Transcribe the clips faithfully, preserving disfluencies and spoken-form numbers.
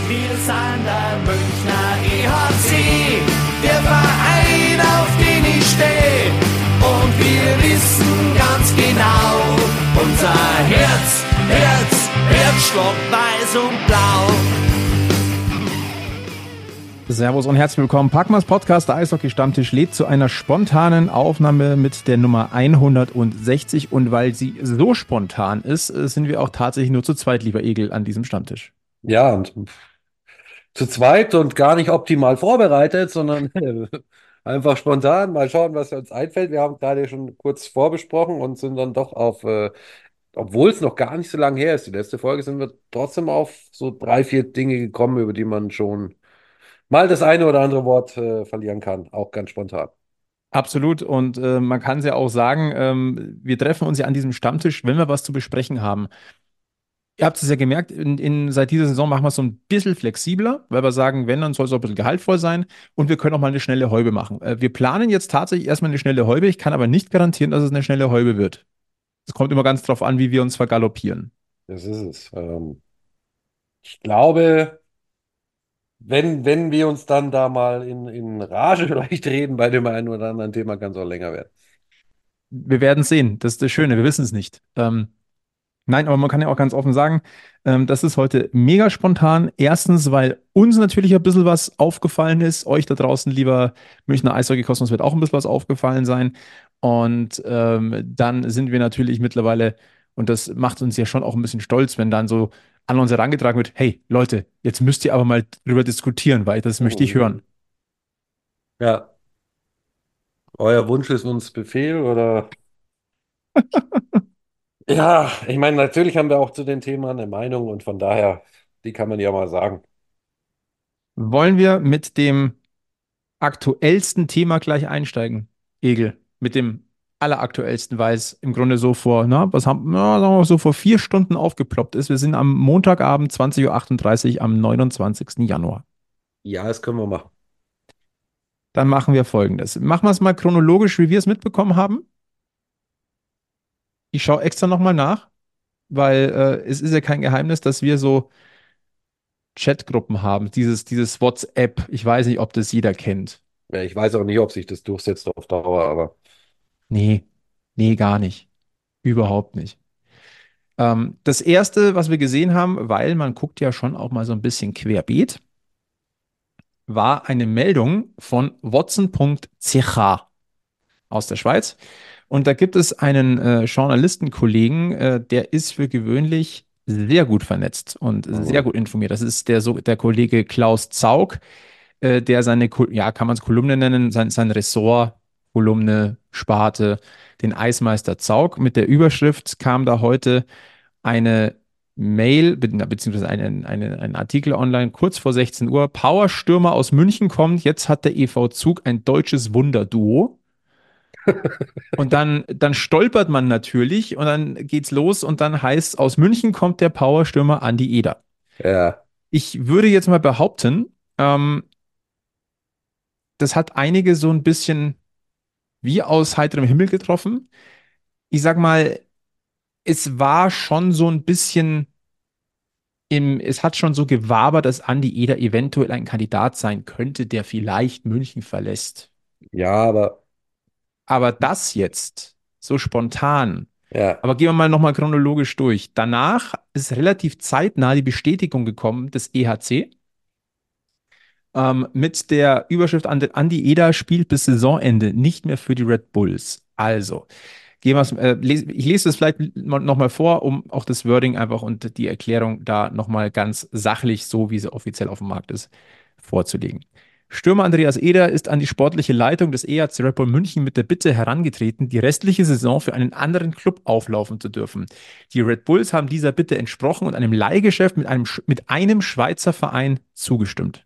Wir sind der Münchner E H C, der Verein, auf den ich stehe. Und wir wissen ganz genau, unser Herz, Herz, Herzschlag weiß und blau. Servus und herzlich willkommen. Packmas Podcast, der Eishockey-Stammtisch, lädt zu einer spontanen Aufnahme mit der Nummer hundertsechzig. Und weil sie so spontan ist, sind wir auch tatsächlich nur zu zweit, lieber Egel, an diesem Stammtisch. Ja, und zu zweit und gar nicht optimal vorbereitet, sondern einfach spontan. Mal schauen, was uns einfällt. Wir haben gerade schon kurz vorbesprochen und sind dann doch auf, äh, obwohl es noch gar nicht so lange her ist, die letzte Folge, sind wir trotzdem auf so drei, vier Dinge gekommen, über die man schon mal das eine oder andere Wort äh, verlieren kann. Auch ganz spontan. Absolut. Und äh, man kann es ja auch sagen, ähm, wir treffen uns ja an diesem Stammtisch, wenn wir was zu besprechen haben. Ihr habt es ja gemerkt, in, in, seit dieser Saison machen wir es so ein bisschen flexibler, weil wir sagen, wenn, dann soll es auch ein bisschen gehaltvoll sein und wir können auch mal eine schnelle Häube machen. Äh, wir planen jetzt tatsächlich erstmal eine schnelle Häube. Ich kann aber nicht garantieren, dass es eine schnelle Häube wird. Es kommt immer ganz drauf an, wie wir uns vergaloppieren. Das ist es. Ähm, ich glaube, wenn, wenn wir uns dann da mal in, in Rage vielleicht reden bei dem einen oder anderen Thema, kann es auch länger werden. Wir werden sehen. Das ist das Schöne. Wir wissen es nicht. Ähm, Nein, aber man kann ja auch ganz offen sagen, ähm, das ist heute mega spontan. Erstens, weil uns natürlich ein bisschen was aufgefallen ist. Euch da draußen, lieber Münchner Eishockey-Kosmos, wird auch ein bisschen was aufgefallen sein. Und ähm, dann sind wir natürlich mittlerweile, und das macht uns ja schon auch ein bisschen stolz, wenn dann so an uns herangetragen wird, hey Leute, jetzt müsst ihr aber mal drüber diskutieren, weil das möchte ich hören. Ja, euer Wunsch ist uns Befehl oder? Ja, ich meine, natürlich haben wir auch zu den Themen eine Meinung und von daher, die kann man ja mal sagen. Wollen wir mit dem aktuellsten Thema gleich einsteigen, Egel, mit dem alleraktuellsten, weil es im Grunde so vor, na, was haben, na, sagen wir mal so vor vier Stunden aufgeploppt ist. Wir sind am Montagabend zwanzig Uhr achtunddreißig am neunundzwanzigsten Januar. Ja, das können wir machen. Dann machen wir Folgendes. Machen wir es mal chronologisch, wie wir es mitbekommen haben. Ich schaue extra nochmal nach, weil äh, es ist ja kein Geheimnis, dass wir so Chatgruppen haben. Dieses, dieses WhatsApp, ich weiß nicht, ob das jeder kennt. Ja, ich weiß auch nicht, ob sich das durchsetzt auf Dauer, aber Nee, nee, gar nicht. Überhaupt nicht. Ähm, das erste, was wir gesehen haben, weil man guckt ja schon auch mal so ein bisschen querbeet, war eine Meldung von watson punkt c h aus der Schweiz. Und da gibt es einen äh, Journalistenkollegen, äh, der ist für gewöhnlich sehr gut vernetzt und sehr mhm. gut informiert. Das ist der, so, der Kollege Klaus Zaug, äh, der seine, Ko- ja, kann man es Kolumne nennen, sein, sein Ressort, Kolumne, Sparte, den Eismeister Zaug. Mit der Überschrift kam da heute eine Mail, be beziehungsweise einen, einen, einen Artikel online, kurz vor sechzehn Uhr. Powerstürmer aus München kommt, jetzt hat der E V Zug ein deutsches Wunderduo. Und dann, dann stolpert man natürlich und dann geht's los und dann heißt, aus München kommt der Powerstürmer Andi Eder. Ja, Ich würde jetzt mal behaupten, ähm, das hat einige so ein bisschen wie aus heiterem Himmel getroffen. Ich sag mal, es war schon so ein bisschen im, es hat schon so gewabert, dass Andi Eder eventuell ein Kandidat sein könnte, der vielleicht München verlässt. ja, aber Aber das jetzt so spontan, ja, aber gehen wir mal nochmal chronologisch durch. Danach ist relativ zeitnah die Bestätigung gekommen des E H C ähm, mit der Überschrift Andi Eder spielt bis Saisonende nicht mehr für die Red Bulls. Also, gehen wir's, äh, les, ich lese das vielleicht nochmal vor, um auch das Wording einfach und die Erklärung da nochmal ganz sachlich, so wie sie offiziell auf dem Markt ist, vorzulegen. Stürmer Andreas Eder ist an die sportliche Leitung des E H C Red Bull München mit der Bitte herangetreten, die restliche Saison für einen anderen Club auflaufen zu dürfen. Die Red Bulls haben dieser Bitte entsprochen und einem Leihgeschäft mit einem, mit einem Schweizer Verein zugestimmt.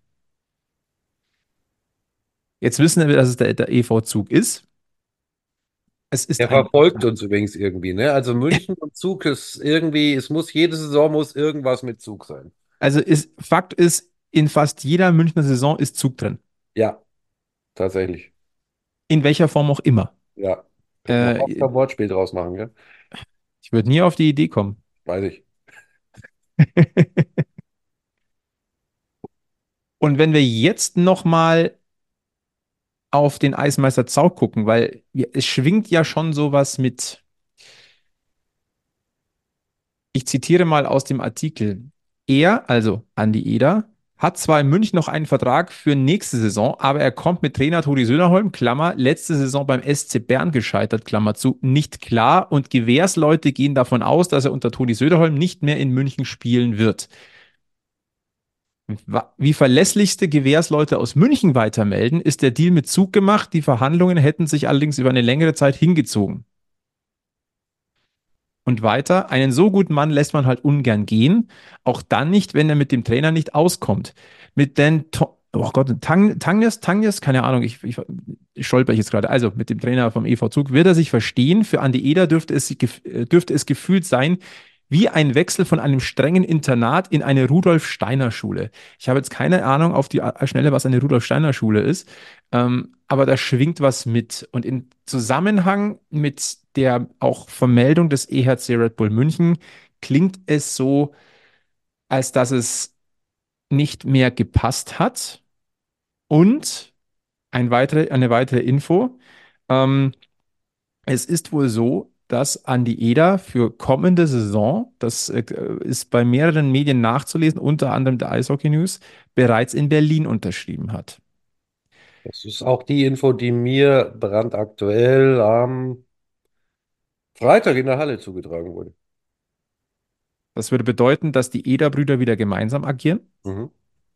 Jetzt wissen wir, dass es der, der E V Zug ist. Es ist er ein, verfolgt uns übrigens irgendwie, ne? Also München und Zug ist irgendwie, es muss, jede Saison muss irgendwas mit Zug sein. also ist, Fakt ist, in fast jeder Münchner Saison ist Zug drin. Ja, tatsächlich. In welcher Form auch immer. Ja. Könnte man auch Äh, ein Wortspiel draus machen, gell? Ich würde nie auf die Idee kommen. Weiß ich. Und wenn wir jetzt noch mal auf den Eismeister Zau gucken, weil wir- es schwingt ja schon sowas mit, ich zitiere mal aus dem Artikel. Er, also Andi Eder, hat zwar in München noch einen Vertrag für nächste Saison, aber er kommt mit Trainer Toni Söderholm, Klammer, letzte Saison beim S C Bern gescheitert, Klammer zu, nicht klar und Gewährsleute gehen davon aus, dass er unter Toni Söderholm nicht mehr in München spielen wird. Wa- Wie verlässlichste Gewährsleute aus München weitermelden, ist der Deal mit Zug gemacht. Die Verhandlungen hätten sich allerdings über eine längere Zeit hingezogen. Und weiter, einen so guten Mann lässt man halt ungern gehen. Auch dann nicht, wenn er mit dem Trainer nicht auskommt. Mit den, To- oh Gott, Tang, Tangnes, Tangnes, keine Ahnung, ich, ich, ich stolper jetzt gerade. Also mit dem Trainer vom E V Zug wird er sich verstehen. Für Andi Eder dürfte es, gef- äh, dürfte es gefühlt sein, wie ein Wechsel von einem strengen Internat in eine Rudolf Steiner Schule. Ich habe jetzt keine Ahnung auf die A- Schnelle, was eine Rudolf Steiner Schule ist. Ähm, aber da schwingt was mit. Und in Zusammenhang mit der auch Vermeldung des E H C Red Bull München klingt es so, als dass es nicht mehr gepasst hat. Und ein weitere, eine weitere Info. Ähm, Es ist wohl so, dass Andi Eder für kommende Saison, das äh, ist bei mehreren Medien nachzulesen, unter anderem der Eishockey News, bereits in Berlin unterschrieben hat. Das ist auch die Info, die mir brandaktuell am Freitag in der Halle zugetragen wurde. Das würde bedeuten, dass die Eder-Brüder wieder gemeinsam agieren. Mhm.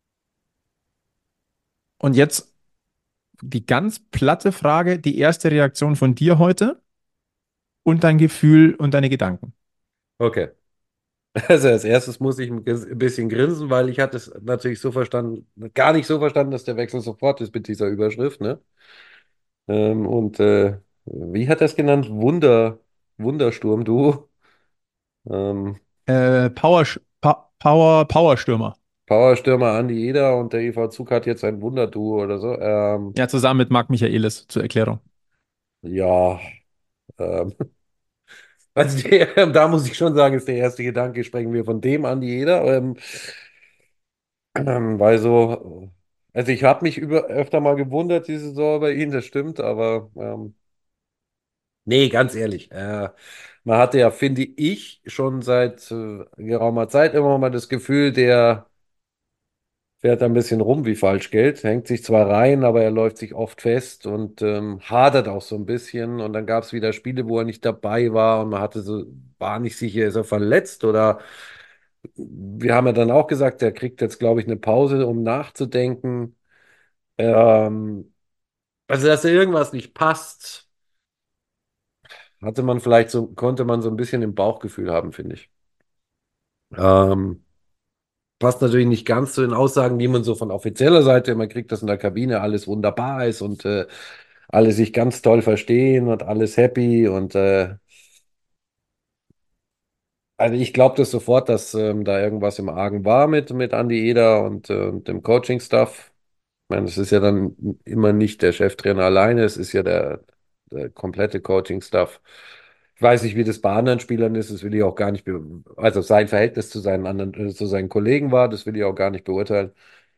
Und jetzt die ganz platte Frage, die erste Reaktion von dir heute und dein Gefühl und deine Gedanken. Okay. Also als erstes muss ich ein ges- ein bisschen grinsen, weil ich hatte es natürlich so verstanden, gar nicht so verstanden, dass der Wechsel sofort ist mit dieser Überschrift, ne? Ähm, und äh, wie hat er es genannt? Wunder, Wundersturm-Duo. Ähm, Äh, Power, pa Power, Powerstürmer. Powerstürmer Andi Eder und der E V Zug hat jetzt ein Wunderduo oder so. Ähm, Ja, zusammen mit Marc Michaelis zur Erklärung. ja, ähm, also die, da muss ich schon sagen, ist der erste Gedanke, sprechen wir von dem Andi Eder. Ähm, ähm, weil so, also ich habe mich über, öfter mal gewundert, diese Saison bei Ihnen, das stimmt, aber ähm, nee, ganz ehrlich, äh, man hatte ja, finde ich, schon seit äh, geraumer Zeit immer mal das Gefühl, der fährt ein bisschen rum wie Falschgeld, hängt sich zwar rein, aber er läuft sich oft fest und ähm, hadert auch so ein bisschen. Und dann gab es wieder Spiele, wo er nicht dabei war und man hatte so, war nicht sicher, ist er verletzt oder wir haben ja dann auch gesagt, er kriegt jetzt, glaube ich, eine Pause, um nachzudenken. Ähm, also, dass da irgendwas nicht passt, hatte man vielleicht so, konnte man so ein bisschen im Bauchgefühl haben, finde ich. Ähm, Passt natürlich nicht ganz zu den Aussagen, die man so von offizieller Seite immer kriegt, dass in der Kabine alles wunderbar ist und äh, alle sich ganz toll verstehen und alles happy. Und äh, also ich glaube das sofort, dass ähm, da irgendwas im Argen war mit, mit Andi Eder und, äh, und dem Coaching-Staff. Ich meine, es ist ja dann immer nicht der Cheftrainer alleine, es ist ja der, der komplette Coaching-Staff. Ich weiß nicht, wie das bei anderen Spielern ist, das will ich auch gar nicht, be also sein Verhältnis zu seinen anderen, äh, zu seinen Kollegen war, das will ich auch gar nicht beurteilen.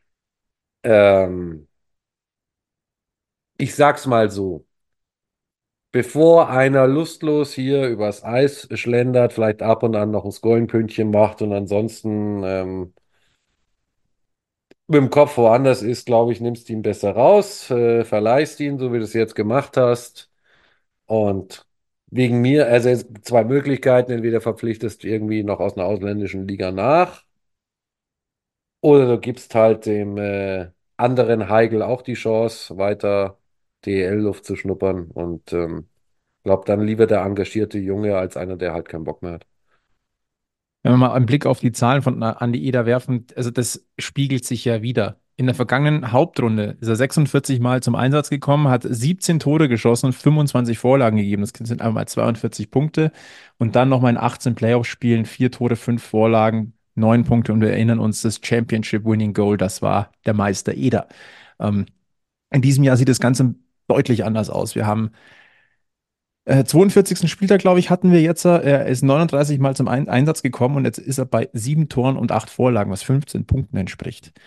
Ähm, Ich sag's mal so, bevor einer lustlos hier übers Eis schlendert, vielleicht ab und an noch ein Scoring-Pünktchen macht und ansonsten ähm, mit dem Kopf woanders ist, glaube ich, nimmst ihn besser raus, äh, verleihst ihn, so wie du es jetzt gemacht hast. Und wegen mir, also es gibt zwei Möglichkeiten, entweder verpflichtest du irgendwie noch aus einer ausländischen Liga nach oder du gibst halt dem äh, anderen Heigl auch die Chance, weiter D E L-Luft zu schnuppern und ähm, glaube dann lieber der engagierte Junge als einer, der halt keinen Bock mehr hat. Wenn wir mal einen Blick auf die Zahlen von Andi Eder werfen, also das spiegelt sich ja wieder. In der vergangenen Hauptrunde ist er sechsundvierzig Mal zum Einsatz gekommen, hat siebzehn Tore geschossen, fünfundzwanzig Vorlagen gegeben. Das sind einmal zweiundvierzig Punkte. Und dann nochmal in achtzehn Playoff-Spielen, vier Tore, fünf Vorlagen, neun Punkte. Und wir erinnern uns, das Championship-Winning Goal, das war der Meister Eder. Ähm, in diesem Jahr sieht das Ganze deutlich anders aus. Wir haben äh, zweiundvierzigsten Spieltag, glaube ich, hatten wir jetzt. äh, Er ist neununddreißig Mal zum Ein Einsatz gekommen und jetzt ist er bei sieben Toren und acht Vorlagen, was fünfzehn Punkten entspricht.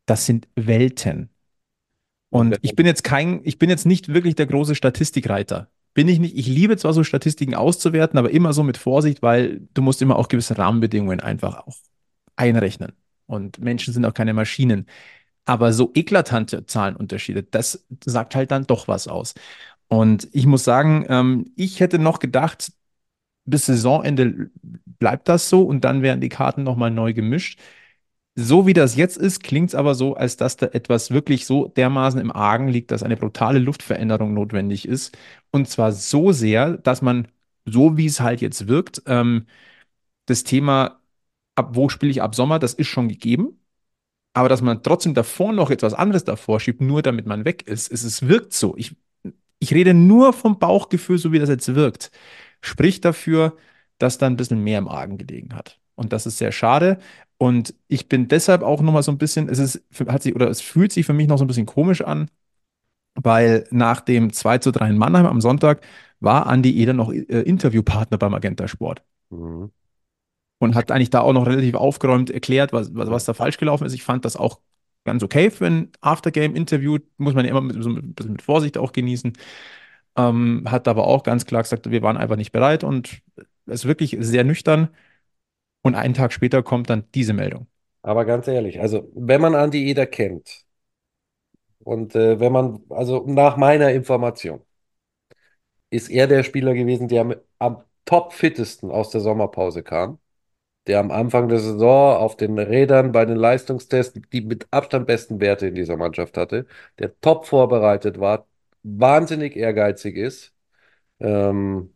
Das sind Welten. Und ich bin jetzt kein, ich bin jetzt nicht wirklich der große Statistikreiter. Bin ich nicht. Ich liebe zwar so Statistiken auszuwerten, aber immer so mit Vorsicht, weil du musst immer auch gewisse Rahmenbedingungen einfach auch einrechnen. Und Menschen sind auch keine Maschinen. Aber so eklatante Zahlenunterschiede, das sagt halt dann doch was aus. Und ich muss sagen, ähm, ich hätte noch gedacht, bis Saisonende bleibt das so und dann werden die Karten nochmal neu gemischt. So wie das jetzt ist, klingt es aber so, als dass da etwas wirklich so dermaßen im Argen liegt, dass eine brutale Luftveränderung notwendig ist. Und zwar so sehr, dass man, so wie es halt jetzt wirkt, ähm, das Thema, ab wo spiele ich ab Sommer, das ist schon gegeben. Aber dass man trotzdem davor noch etwas anderes davor schiebt, nur damit man weg ist, es, es wirkt so. Ich, ich rede nur vom Bauchgefühl, so wie das jetzt wirkt. Spricht dafür, dass da ein bisschen mehr im Argen gelegen hat. Und das ist sehr schade. Und ich bin deshalb auch noch mal so ein bisschen, es ist, hat sich, oder es fühlt sich für mich noch so ein bisschen komisch an, weil nach dem zwei zu drei in Mannheim am Sonntag war Andi Eder noch äh, Interviewpartner beim Magenta Sport Mhm. und hat eigentlich da auch noch relativ aufgeräumt erklärt, was, was, was da falsch gelaufen ist. Ich fand das auch ganz okay für ein Aftergame-Interview. Muss man ja immer mit, so ein bisschen mit Vorsicht auch genießen. Ähm, hat aber auch ganz klar gesagt, wir waren einfach nicht bereit und es ist wirklich sehr nüchtern. Und einen Tag später kommt dann diese Meldung. Aber ganz ehrlich, also wenn man Andi Eder kennt und äh, wenn man, also nach meiner Information, ist er der Spieler gewesen, der am, am topfittesten aus der Sommerpause kam, der am Anfang der Saison auf den Rädern bei den Leistungstests die mit Abstand besten Werte in dieser Mannschaft hatte, der top vorbereitet war, wahnsinnig ehrgeizig ist. Ähm,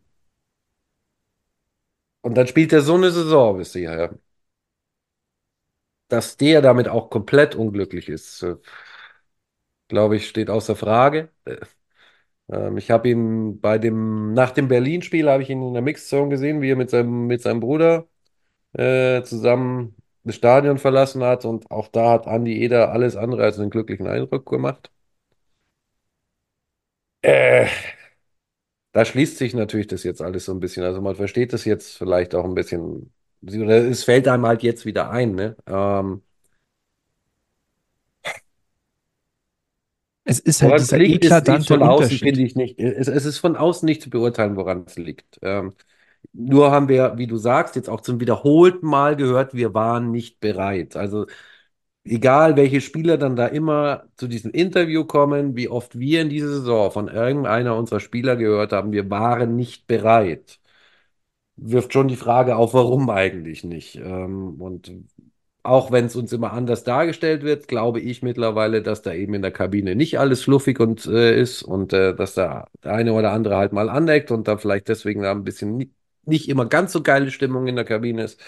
und dann spielt er so eine Saison bisher. Dass der damit auch komplett unglücklich ist, äh, glaube ich, steht außer Frage. Äh, ähm, ich habe ihn bei dem, nach dem Berlin-Spiel habe ich ihn in der Mixzone gesehen, wie er mit seinem, mit seinem Bruder äh, zusammen das Stadion verlassen hat. Und auch da hat Andi Eder alles andere als einen glücklichen Eindruck gemacht. Äh, Da schließt sich natürlich das jetzt alles so ein bisschen. Also man versteht das jetzt vielleicht auch ein bisschen. Oder es fällt einem halt jetzt wieder ein, ne? Ähm, Es ist halt Woran es dieser liegt, ist, ist eklatante von außen, finde Unterschied. ich nicht. Es, es ist von außen nicht zu beurteilen, woran es liegt. Ähm, nur haben wir, wie du sagst, jetzt auch zum wiederholten Mal gehört, wir waren nicht bereit. Also egal, welche Spieler dann da immer zu diesem Interview kommen, wie oft wir in dieser Saison von irgendeiner unserer Spieler gehört haben, wir waren nicht bereit, wirft schon die Frage auf, warum eigentlich nicht. Ähm, und auch wenn es uns immer anders dargestellt wird, glaube ich mittlerweile, dass da eben in der Kabine nicht alles fluffig und äh, ist und äh, dass da der eine oder andere halt mal aneckt und da vielleicht deswegen da ein bisschen ni- nicht immer ganz so geile Stimmung in der Kabine ist.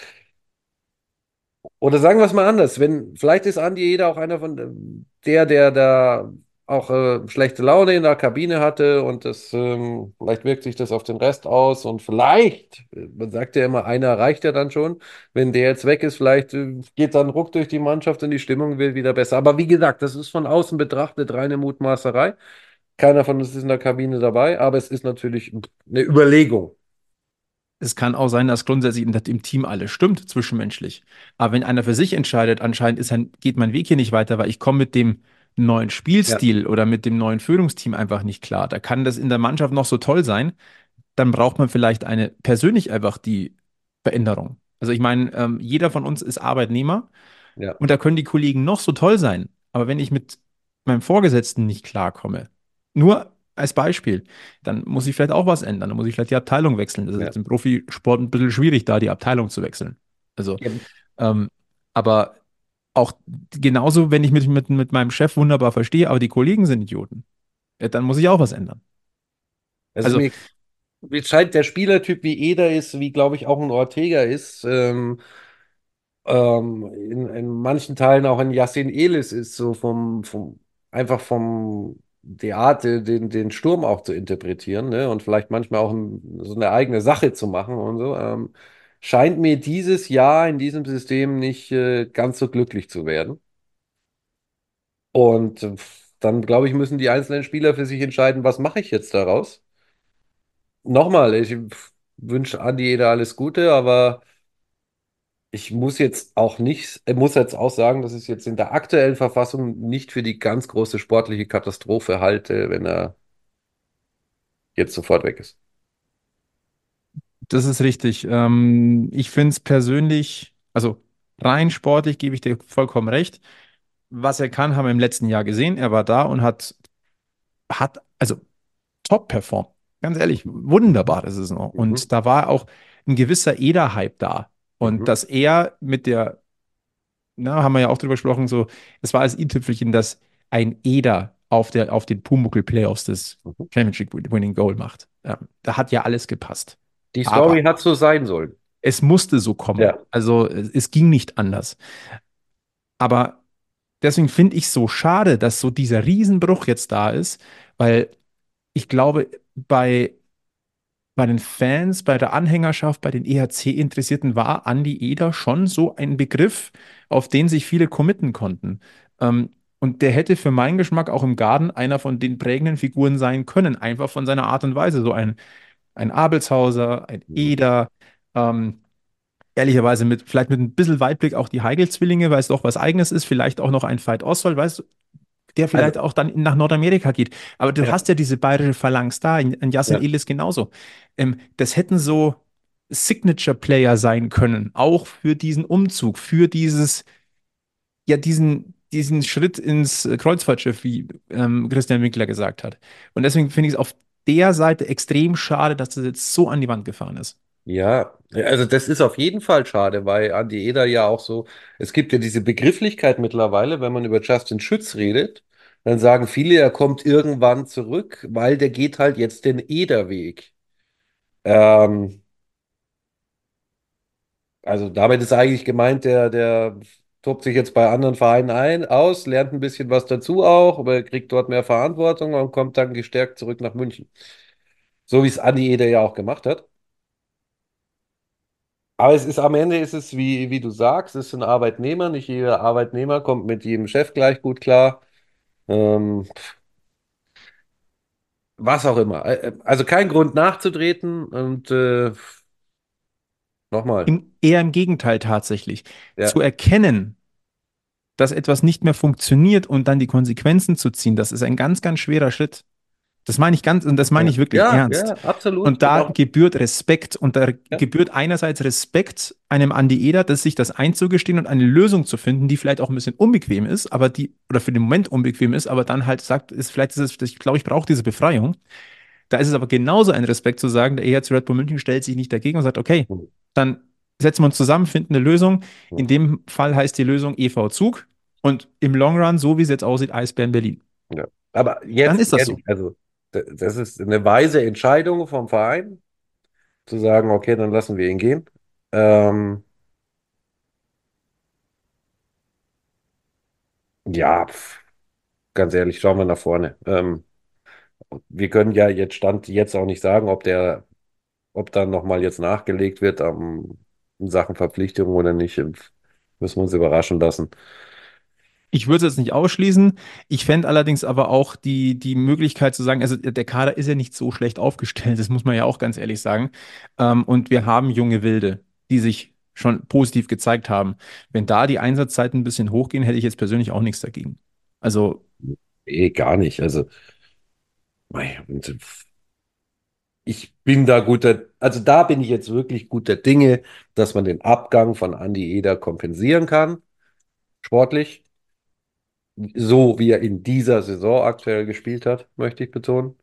Oder sagen wir es mal anders, wenn, vielleicht ist Andi Eder auch einer von ähm, der, der da auch äh, schlechte Laune in der Kabine hatte und das, ähm, vielleicht wirkt sich das auf den Rest aus und vielleicht, äh, man sagt ja immer, einer reicht ja dann schon, wenn der jetzt weg ist, vielleicht äh, geht dann Ruck durch die Mannschaft und die Stimmung wird wieder besser. Aber wie gesagt, das ist von außen betrachtet reine Mutmaßerei. Keiner von uns ist in der Kabine dabei, aber es ist natürlich eine Überlegung. Es kann auch sein, dass grundsätzlich im, im Team alles stimmt, zwischenmenschlich. Aber wenn einer für sich entscheidet, anscheinend ist ein, geht mein Weg hier nicht weiter, weil ich komme mit dem neuen Ja, Spielstil oder mit dem neuen Führungsteam einfach nicht klar. Da kann das in der Mannschaft noch so toll sein. Dann braucht man vielleicht eine persönlich einfach die Veränderung. Also ich meine, ähm, jeder von uns ist Arbeitnehmer ja, und da können die Kollegen noch so toll sein. Aber wenn ich mit meinem Vorgesetzten nicht klarkomme, nur als Beispiel, dann muss ich vielleicht auch was ändern. Dann muss ich vielleicht die Abteilung wechseln. Das ist ja. jetzt im Profisport ein bisschen schwierig, da die Abteilung zu wechseln. Also, Ja, ähm, aber auch genauso, wenn ich mich mit, mit meinem Chef wunderbar verstehe, aber die Kollegen sind Idioten, ja, dann muss ich auch was ändern. also Also mir, mir scheint der Spielertyp wie Eder ist, wie glaube ich auch ein Ortega ist, ähm, ähm, in, in manchen Teilen auch ein Yassin Elis ist, so vom, vom einfach vom die Art, den, den Sturm auch zu interpretieren, ne? Und vielleicht manchmal auch ein, so eine eigene Sache zu machen und so, ähm, scheint mir dieses Jahr in diesem System nicht äh, ganz so glücklich zu werden. Und äh, dann, glaube ich, müssen die einzelnen Spieler für sich entscheiden, was mache ich jetzt daraus? Nochmal, ich wünsche Andi jeder alles Gute, aber ich muss jetzt auch nicht, äh, muss jetzt auch sagen, dass ich es jetzt in der aktuellen Verfassung nicht für die ganz große sportliche Katastrophe halte, wenn er jetzt sofort weg ist. Das ist richtig. Ähm, ich finde es persönlich, also rein sportlich gebe ich dir vollkommen recht. Was er kann, haben wir im letzten Jahr gesehen. Er war da und hat, hat also top performt. Ganz ehrlich, wunderbare Saison. Mhm. Und da war auch ein gewisser Eder-Hype da. Und Mhm. dass er mit der, na, haben wir ja auch drüber gesprochen, so, es war als i-Tüpfelchen, dass ein Eder auf der, auf den Pumuckl-Playoffs das Mhm. Championship Winning Goal macht. Ja, da hat ja alles gepasst. Die Story Aber hat so sein sollen. es musste so kommen. Ja. Also es, es ging nicht anders. Aber deswegen finde ich es so schade, dass so dieser Riesenbruch jetzt da ist, weil ich glaube, bei, bei den Fans, bei der Anhängerschaft, bei den E H C-Interessierten war Andi Eder schon so ein Begriff, auf den sich viele committen konnten. Ähm, und der hätte für meinen Geschmack auch im Garten einer von den prägenden Figuren sein können, einfach von seiner Art und Weise. So ein, ein Abelshauser, ein Mhm. Eder, ähm, ehrlicherweise mit, vielleicht mit ein bisschen Weitblick auch die Heigl-Zwillinge, weil es doch was Eigenes ist, vielleicht auch noch ein Veit Oswald, weißt du, der vielleicht Also, auch dann nach Nordamerika geht. Aber du ja, hast ja diese bayerische Phalanx da, ein ein Yassin ja. Elis genauso. Ähm, das hätten so Signature-Player sein können, auch für diesen Umzug, für dieses, ja, diesen, diesen Schritt ins äh, Kreuzfahrtschiff, wie ähm, Christian Winkler gesagt hat. Und deswegen finde ich es auf der Seite extrem schade, dass das jetzt so an die Wand gefahren ist. Ja, also das ist auf jeden Fall schade, weil Andi Eder ja auch so, es gibt ja diese Begrifflichkeit mittlerweile, wenn man über Justin Schütz redet, dann sagen viele, er kommt irgendwann zurück, weil der geht halt jetzt den Eder-Weg. Ähm, also damit ist eigentlich gemeint, der, der tobt sich jetzt bei anderen Vereinen ein, aus, lernt ein bisschen was dazu auch, aber kriegt dort mehr Verantwortung und kommt dann gestärkt zurück nach München. So wie es Andi Eder ja auch gemacht hat. Aber es ist am Ende ist es, wie, wie du sagst, es sind Arbeitnehmer. Nicht jeder Arbeitnehmer kommt mit jedem Chef gleich gut klar. Ähm, was auch immer. Ä- äh, Also kein Grund nachzutreten. Und äh, nochmal, Im, eher im Gegenteil tatsächlich. ja, Zu erkennen, dass etwas nicht mehr funktioniert und dann die Konsequenzen zu ziehen, das ist ein ganz, ganz schwerer Schritt. Das meine ich ganz, und das meine ja, ich wirklich ja, ernst. ja, absolut. Und Und da auch, gebührt Respekt und da ja, gebührt einerseits Respekt einem Andi Eder, das sich das einzugestehen und eine Lösung zu finden, die vielleicht auch ein bisschen unbequem ist, aber die, oder für den Moment unbequem ist, aber dann halt sagt, ist, vielleicht ist es, ich glaube, ich brauche diese Befreiung. Da ist es aber genauso ein Respekt zu sagen, der E H C Red Bull München stellt sich nicht dagegen und sagt, okay, hm, dann setzen wir uns zusammen, finden eine Lösung. hm, In dem Fall heißt die Lösung E V Zug und im Long Run, so wie es jetzt aussieht, Eisbären Berlin. ja. Aber Dann jetzt ist das so. ehrlich, also d- das ist eine weise Entscheidung vom Verein, zu sagen, okay, dann lassen wir ihn gehen. Ähm, ja, pf, ganz ehrlich, schauen wir nach vorne. Ähm, wir können ja jetzt Stand jetzt auch nicht sagen, ob der ob dann nochmal jetzt nachgelegt wird ähm, in Sachen Verpflichtung oder nicht, äh, müssen wir uns überraschen lassen. Ich würde es jetzt nicht ausschließen. Ich fände allerdings aber auch die, die Möglichkeit zu sagen, also der Kader ist ja nicht so schlecht aufgestellt, das muss man ja auch ganz ehrlich sagen. Ähm, und wir haben junge Wilde, die sich schon positiv gezeigt haben. Wenn da die Einsatzzeiten ein bisschen hochgehen, hätte ich jetzt persönlich auch nichts dagegen. Also Eh, gar nicht. Also, mei, und, äh, ich bin da guter, also da bin ich jetzt wirklich guter Dinge, dass man den Abgang von Andi Eder kompensieren kann, sportlich, so wie er in dieser Saison aktuell gespielt hat, möchte ich betonen.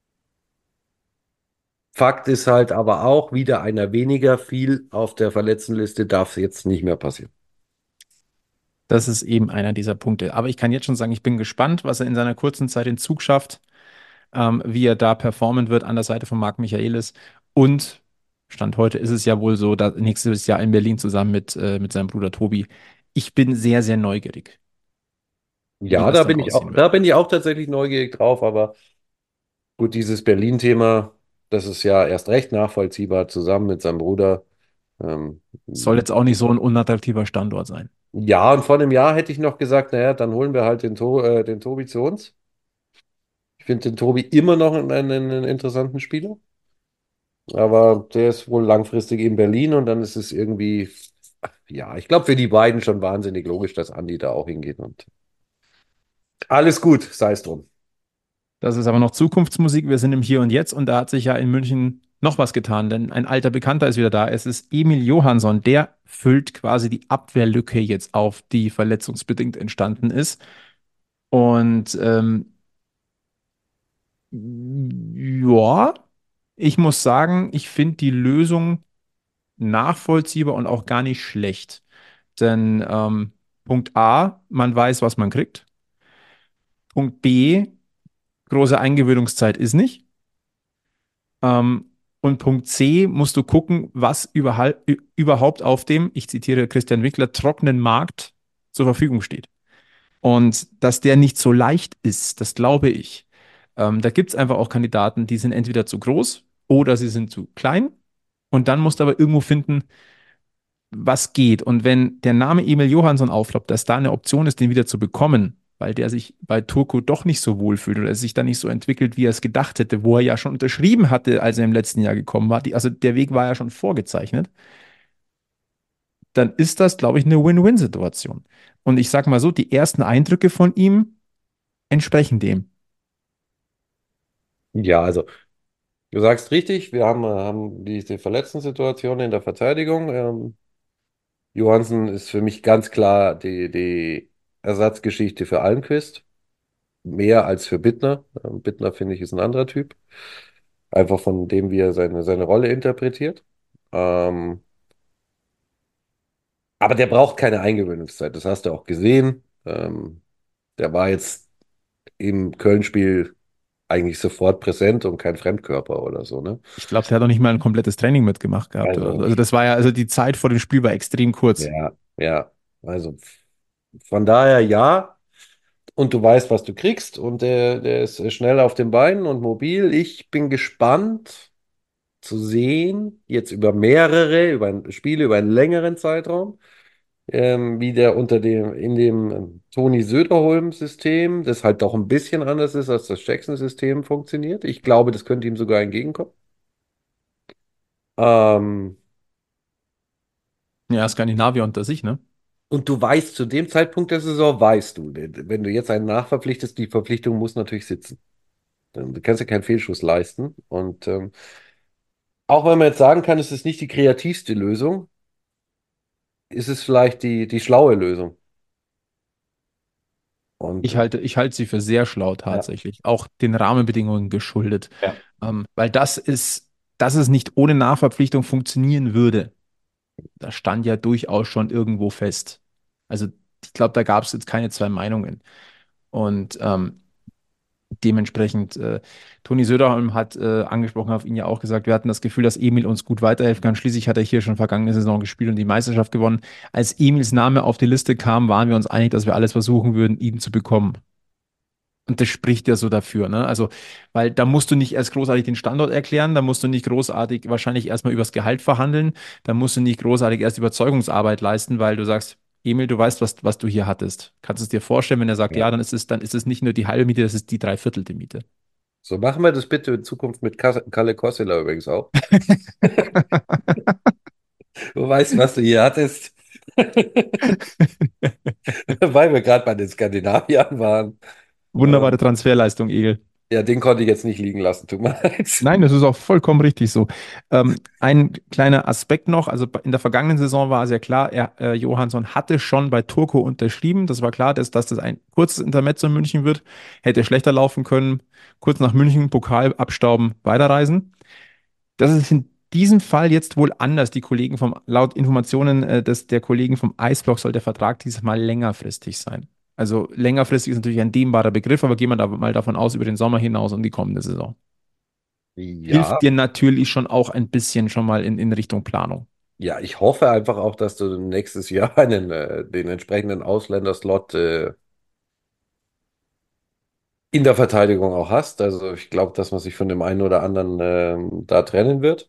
Fakt ist halt aber auch, wieder einer weniger, viel auf der Verletztenliste darf es jetzt nicht mehr passieren. das ist eben einer dieser Punkte. Aber ich kann jetzt schon sagen, ich bin gespannt, was er in seiner kurzen Zeit in Zug schafft, ähm, wie er da performen wird an der Seite von Marc Michaelis. Und Stand heute ist es ja wohl so, dass nächstes Jahr in Berlin zusammen mit, äh, mit seinem Bruder Tobi. Ich bin sehr, sehr neugierig, wie Ja, das da dann bin ich auch, aussehen da wird. bin ich auch tatsächlich neugierig drauf, aber gut, dieses Berlin-Thema, das ist ja erst recht nachvollziehbar, zusammen mit seinem Bruder. Ähm, Soll jetzt auch nicht so ein unattraktiver Standort sein. ja, und vor einem Jahr hätte ich noch gesagt, naja, dann holen wir halt den, to äh, den Tobi zu uns. Ich finde den Tobi immer noch einen, einen, einen interessanten Spieler, aber der ist wohl langfristig in Berlin und dann ist es irgendwie. ja, ich glaube für die beiden schon wahnsinnig logisch, dass Andi da auch hingeht und alles gut, sei es drum. Das ist aber noch Zukunftsmusik. Wir sind im Hier und Jetzt und da hat sich ja in München noch was getan, denn ein alter Bekannter ist wieder da. Es ist Emil Johansson, der füllt quasi die Abwehrlücke jetzt auf, die verletzungsbedingt entstanden ist. Und ähm, ja, ich muss sagen, ich finde die Lösung nachvollziehbar und auch gar nicht schlecht. Denn ähm, Punkt A, man weiß, was man kriegt. Punkt B, große Eingewöhnungszeit ist nicht. Ähm, und Punkt C, musst du gucken, was überhal- ü- überhaupt auf dem, ich zitiere Christian Winkler, trockenen Markt zur Verfügung steht. Und dass der nicht so leicht ist, das glaube ich. Ähm, da gibt es einfach auch Kandidaten, die sind entweder zu groß oder sie sind zu klein. Und dann musst du aber irgendwo finden, was geht. Und wenn der Name Emil Johansson aufploppt, dass da eine Option ist, den wieder zu bekommen, weil der sich bei Turku doch nicht so wohl fühlt oder es sich da nicht so entwickelt, wie er es gedacht hätte, wo er ja schon unterschrieben hatte, als er im letzten Jahr gekommen war. Die, also der Weg war ja schon vorgezeichnet. Dann ist das, glaube ich, eine Win-Win-Situation. Und ich sage mal so, die ersten Eindrücke von ihm entsprechen dem. Ja, also du sagst richtig, wir haben, äh, haben diese Verletzten-Situation in der Verteidigung. Ähm, Johansen ist für mich ganz klar die, die Ersatzgeschichte für Almqvist. Mehr als für Bittner. Ähm, Bittner, finde ich, ist ein anderer Typ. Einfach von dem, wie er seine, seine Rolle interpretiert. Ähm, aber der braucht keine Eingewöhnungszeit. Das hast du auch gesehen. Ähm, der war jetzt im Köln-Spiel eigentlich sofort präsent und kein Fremdkörper oder so, ne? Ich glaube, der hat auch nicht mal ein komplettes Training mitgemacht gehabt oder so. Also, Also das war ja, also die Zeit vor dem Spiel war extrem kurz. ja, ja. Also von daher ja. Und du weißt, was du kriegst. Und der, der ist schnell auf den Beinen und mobil. Ich bin gespannt zu sehen, jetzt über mehrere, über ein Spiele, über einen längeren Zeitraum, ähm, wie der unter dem, in dem ähm, Toni Söderholm-System, das halt doch ein bisschen anders ist als das Jackson-System, funktioniert. Ich glaube, das könnte ihm sogar entgegenkommen. Ähm, Ja, Skandinavier unter sich, ne? und du weißt, zu dem Zeitpunkt der Saison weißt du, wenn du jetzt einen nachverpflichtest, die Verpflichtung muss natürlich sitzen. Du kannst ja keinen Fehlschuss leisten. Und ähm, auch wenn man jetzt sagen kann, es ist nicht die kreativste Lösung, ist es vielleicht die, die schlaue Lösung. Und Ich äh, halte, ich halte sie für sehr schlau ja, tatsächlich, auch den Rahmenbedingungen geschuldet. ja. Ähm, weil das ist, dass es nicht ohne Nachverpflichtung funktionieren würde. Das stand ja durchaus schon irgendwo fest. Also ich glaube, da gab es jetzt keine zwei Meinungen. Und ähm, dementsprechend, äh, Toni Söderholm hat äh, angesprochen, auf ihn ja auch gesagt, wir hatten das Gefühl, dass Emil uns gut weiterhelfen kann. Schließlich hat er hier schon vergangene Saison gespielt und die Meisterschaft gewonnen. Als Emils Name auf die Liste kam, waren wir uns einig, dass wir alles versuchen würden, ihn zu bekommen. Und das spricht ja so dafür, ne? Also, weil da musst du nicht erst großartig den Standort erklären, da musst du nicht großartig wahrscheinlich erstmal übers Gehalt verhandeln, da musst du nicht großartig erst Überzeugungsarbeit leisten, weil du sagst, Emil, du weißt, was, was du hier hattest. Kannst du es dir vorstellen, wenn er sagt, Ja. ja, dann ist es, dann ist es nicht nur die halbe Miete, das ist die Dreiviertelte Miete. So machen wir das bitte in Zukunft mit Kas Kalle Kossela übrigens auch. Du weißt, was du hier hattest. Weil wir gerade bei den Skandinaviern waren. Wunderbare Ähm, Transferleistung, Egel. ja, den konnte ich jetzt nicht liegen lassen, tut mir leid. Nein, das ist auch vollkommen richtig so. Ähm, ein kleiner Aspekt noch, also in der vergangenen Saison war sehr klar, er, äh, Johansson hatte schon bei Turco unterschrieben. Das war klar, dass, dass das ein kurzes Intermezzo in München wird. Hätte schlechter laufen können. Kurz nach München, Pokal abstauben, weiterreisen. Das ist in diesem Fall jetzt wohl anders. Die Kollegen vom, laut Informationen äh, des, der Kollegen vom Eisblock soll der Vertrag dieses Mal längerfristig sein. Also längerfristig ist natürlich ein dehnbarer Begriff, aber gehen wir da mal davon aus, über den Sommer hinaus und die kommende Saison. Ja, Hilft dir natürlich schon auch ein bisschen schon mal in, in Richtung Planung. ja, ich hoffe einfach auch, dass du nächstes Jahr einen, äh, den entsprechenden Ausländerslot äh, in der Verteidigung auch hast. Also ich glaube, dass man sich von dem einen oder anderen ähm, da trennen wird.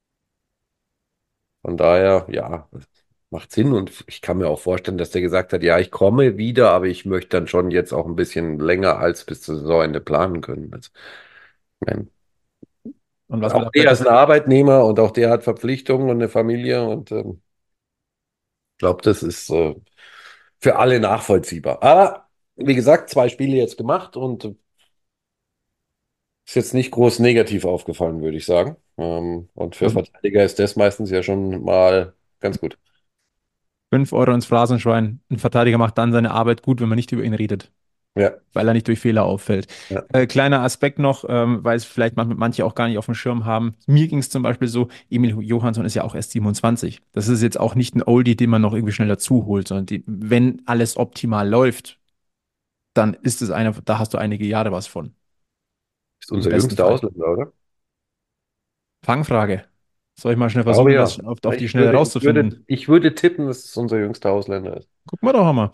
Von daher, ja, macht Sinn. Und ich kann mir auch vorstellen, dass der gesagt hat, ja, ich komme wieder, aber ich möchte dann schon jetzt auch ein bisschen länger als bis zur Saisonende planen können. Also, ich mein, Und was wir auch da der vielleicht ist noch, ein Arbeitnehmer und auch der hat Verpflichtungen und eine Familie und ähm, Ich glaube, das ist äh, für alle nachvollziehbar. Aber wie gesagt, zwei Spiele jetzt gemacht und ist jetzt nicht groß negativ aufgefallen, würde ich sagen. Ähm, und für Also Verteidiger ist das meistens ja schon mal ganz gut. fünf Euro ins Phrasenschwein. Ein Verteidiger macht dann seine Arbeit gut, wenn man nicht über ihn redet, Ja, weil er nicht durch Fehler auffällt. ja. Äh, kleiner Aspekt noch, ähm, weil es vielleicht man- manche auch gar nicht auf dem Schirm haben. Mir ging es zum Beispiel so, Emil Johansson ist ja auch erst siebenundzwanzig. Das ist jetzt auch nicht ein Oldie, den man noch irgendwie schnell dazu holt, sondern die, wenn alles optimal läuft, dann ist es einer, da hast du einige Jahre was von. Ist Im unser besten jüngster Fall. Ausländer, oder? Fangfrage. Soll ich mal schnell Ich glaube versuchen, ja. das auf, auf die Ich Schnelle würde, ich würde, rauszufinden? ich würde tippen, dass es unser jüngster Ausländer ist. Gucken wir doch mal.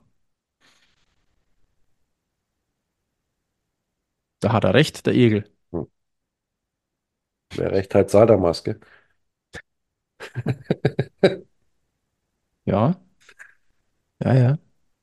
Da hat er recht, der Egel. Hm. Wer recht hat, zahlt der Maske. Ja, ja, ja.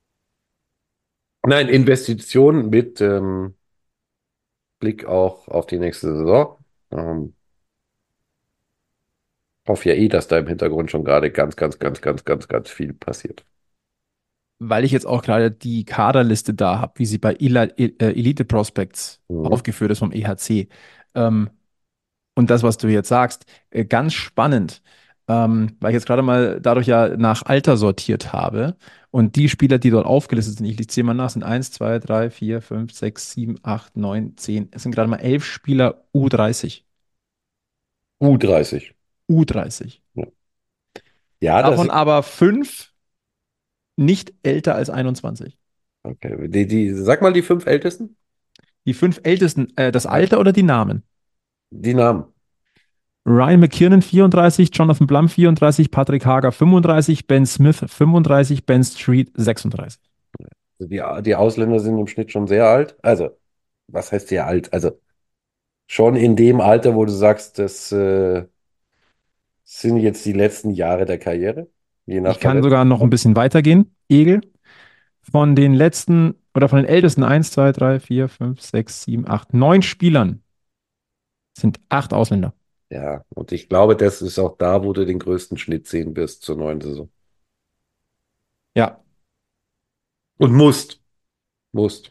Nein, Investitionen mit ähm, Blick auch auf die nächste Saison. Ähm, hoffe ja eh, dass da im Hintergrund schon gerade ganz, ganz, ganz, ganz, ganz, ganz viel passiert. Weil ich jetzt auch gerade die Kaderliste da habe, wie sie bei Ela- E- äh, Elite Prospects Mhm. aufgeführt ist vom E H C. Ähm, und das, was du jetzt sagst, äh, ganz spannend, ähm, weil ich jetzt gerade mal dadurch ja nach Alter sortiert habe. Und die Spieler, die dort aufgelistet sind, ich zähle mal nach, sind eins, zwei, drei, vier, fünf, sechs, sieben, acht, neun, zehn. Es sind gerade mal elf Spieler U dreißig. U dreißig. U dreißig. Ja, ja, das Davon ist, aber fünf nicht älter als einundzwanzig. okay. Die, die, sag mal die fünf Ältesten. Die fünf ältesten, äh, das Ja. Alter oder die Namen? Die Namen. Ryan McKiernan vierunddreißig, Jonathan Blum vierunddreißig, Patrick Hager fünfunddreißig, Ben Smith fünfunddreißig, Ben Street sechsunddreißig. Also die, die Ausländer sind im Schnitt schon sehr alt. Also, was heißt sehr alt? Also schon in dem Alter, wo du sagst, das äh, sind jetzt die letzten Jahre der Karriere, je nach Ich kann sogar noch ein Verletzung. bisschen weitergehen. Egel, von den letzten oder von den ältesten eins, zwei, drei, vier, fünf, sechs, sieben, acht, neun Spielern sind acht Ausländer. Ja, und ich glaube, das ist auch da, wo du den größten Schnitt sehen wirst zur neuen Saison. Ja, Und musst, musst.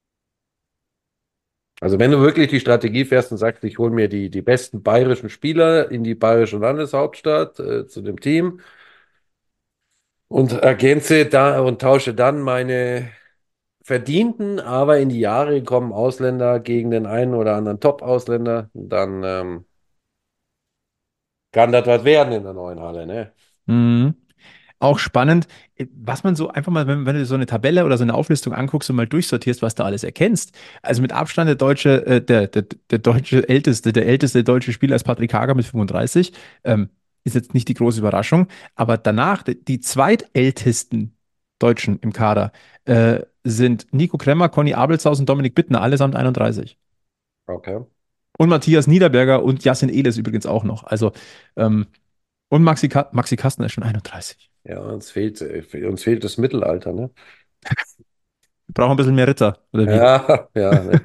Also wenn du wirklich die Strategie fährst und sagst, ich hole mir die, die besten bayerischen Spieler in die bayerische Landeshauptstadt äh, zu dem Team und ergänze da und tausche dann meine verdienten, aber in die Jahre gekommenen Ausländer gegen den einen oder anderen Top-Ausländer, dann ähm, kann das was werden in der neuen Halle, ne? mhm. Auch spannend, äh, was man so einfach mal, wenn, wenn du so eine Tabelle oder so eine Auflistung anguckst und mal durchsortierst, was du alles erkennst. Also mit Abstand der deutsche, äh, der, der, der deutsche älteste, der älteste deutsche Spieler ist Patrick Hager mit fünfunddreißig. Ähm, ist jetzt nicht die große Überraschung, aber danach die, die zweitältesten Deutschen im Kader äh, sind Nico Kremmer, Conny Abelshaus und Dominik Bittner, allesamt einunddreißig. Okay. Und Matthias Niederberger und Yassin Elis übrigens auch noch. Also, ähm, und Maxi, Ka Maxi Kastner ist schon einunddreißig. Ja, uns fehlt, äh, uns fehlt das Mittelalter, ne? Wir brauchen ein bisschen mehr Ritter, oder wie? Ja, ja, ne?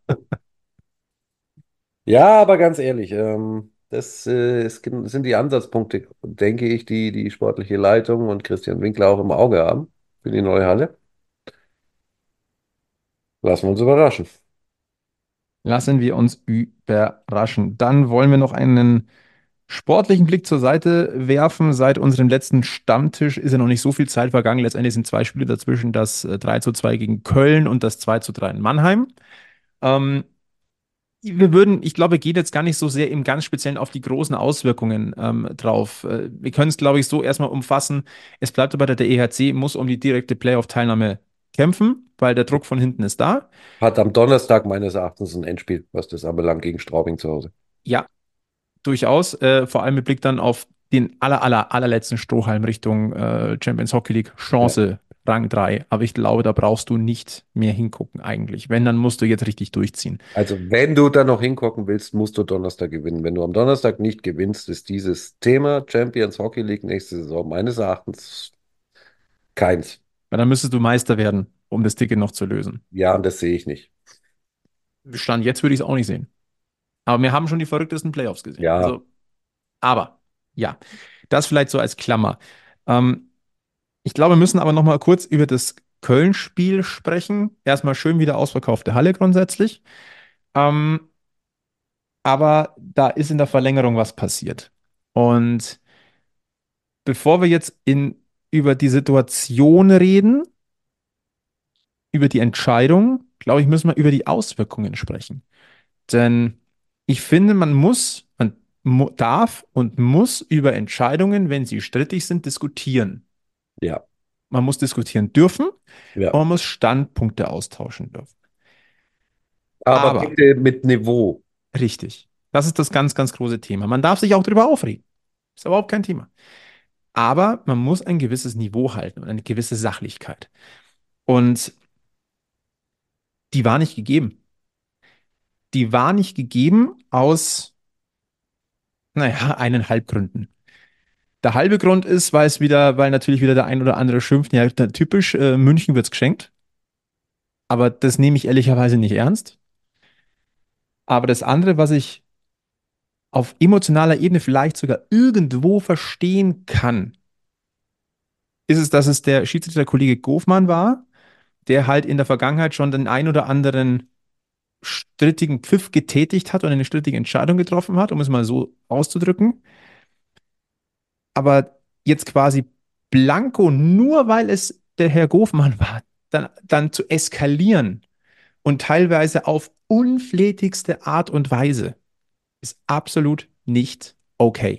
Ja, aber ganz ehrlich, ähm, das äh, es gibt- sind die Ansatzpunkte, denke ich, die die sportliche Leitung und Christian Winkler auch im Auge haben für die neue Halle. Lassen wir uns überraschen. Lassen wir uns überraschen. Dann wollen wir noch einen sportlichen Blick zur Seite werfen. Seit unserem letzten Stammtisch ist ja noch nicht so viel Zeit vergangen. Letztendlich sind zwei Spiele dazwischen, das äh, drei zu zwei gegen Köln und das zwei zu drei in Mannheim. Ähm, Wir würden, ich glaube, wir gehen jetzt gar nicht so sehr im ganz Speziellen auf die großen Auswirkungen ähm, drauf. Äh, wir können es, glaube ich, so erstmal umfassen. Es bleibt dabei, der E H C muss um die direkte Playoff-Teilnahme kämpfen, weil der Druck von hinten ist da. Hat am Donnerstag meines Erachtens ein Endspiel, was das anbelangt, gegen Straubing zu Hause. Ja, durchaus. Äh, vor allem mit Blick dann auf den aller, aller, allerletzten Strohhalm Richtung äh, Champions Hockey League. Ja. Chance, Rang drei. Aber ich glaube, da brauchst du nicht mehr hingucken eigentlich. Wenn, dann musst du jetzt richtig durchziehen. Also, wenn du da noch hingucken willst, musst du Donnerstag gewinnen. Wenn du am Donnerstag nicht gewinnst, ist dieses Thema Champions Hockey League nächste Saison meines Erachtens keins. Weil dann müsstest du Meister werden, um das Ticket noch zu lösen. Ja, und das sehe ich nicht. Stand jetzt würde ich es auch nicht sehen. Aber wir haben schon die verrücktesten Playoffs gesehen. Ja, Also, aber, ja, das vielleicht so als Klammer. Ähm, Ich glaube, wir müssen aber noch mal kurz über das Köln-Spiel sprechen. Erstmal schön wieder ausverkaufte Halle grundsätzlich. Ähm, aber da ist in der Verlängerung was passiert. Und bevor wir jetzt in, über die Situation reden, über die Entscheidung, glaube ich, müssen wir über die Auswirkungen sprechen. Denn ich finde, man muss, man mu darf und muss über Entscheidungen, wenn sie strittig sind, diskutieren. Ja, Man muss diskutieren dürfen und ja. man muss Standpunkte austauschen dürfen. Aber Aber, bitte mit Niveau. richtig, das ist das ganz, ganz große Thema. Man darf sich auch darüber aufregen. Ist überhaupt kein Thema. Aber man muss ein gewisses Niveau halten und eine gewisse Sachlichkeit. Und die war nicht gegeben. Die war nicht gegeben aus, naja, eineinhalb Gründen. Der halbe Grund ist, weil es wieder, weil natürlich wieder der ein oder andere schimpft, ja, typisch, äh, München wird's geschenkt. Aber das nehme ich ehrlicherweise nicht ernst. Aber das andere, was ich auf emotionaler Ebene vielleicht sogar irgendwo verstehen kann, ist es, dass es der Schiedsrichter-Kollege Gofmann war, der halt in der Vergangenheit schon den ein oder anderen strittigen Pfiff getätigt hat und eine strittige Entscheidung getroffen hat, um es mal so auszudrücken. Aber jetzt quasi blanko, nur weil es der Herr Gofmann war, dann, dann zu eskalieren und teilweise auf unflätigste Art und Weise ist absolut nicht okay.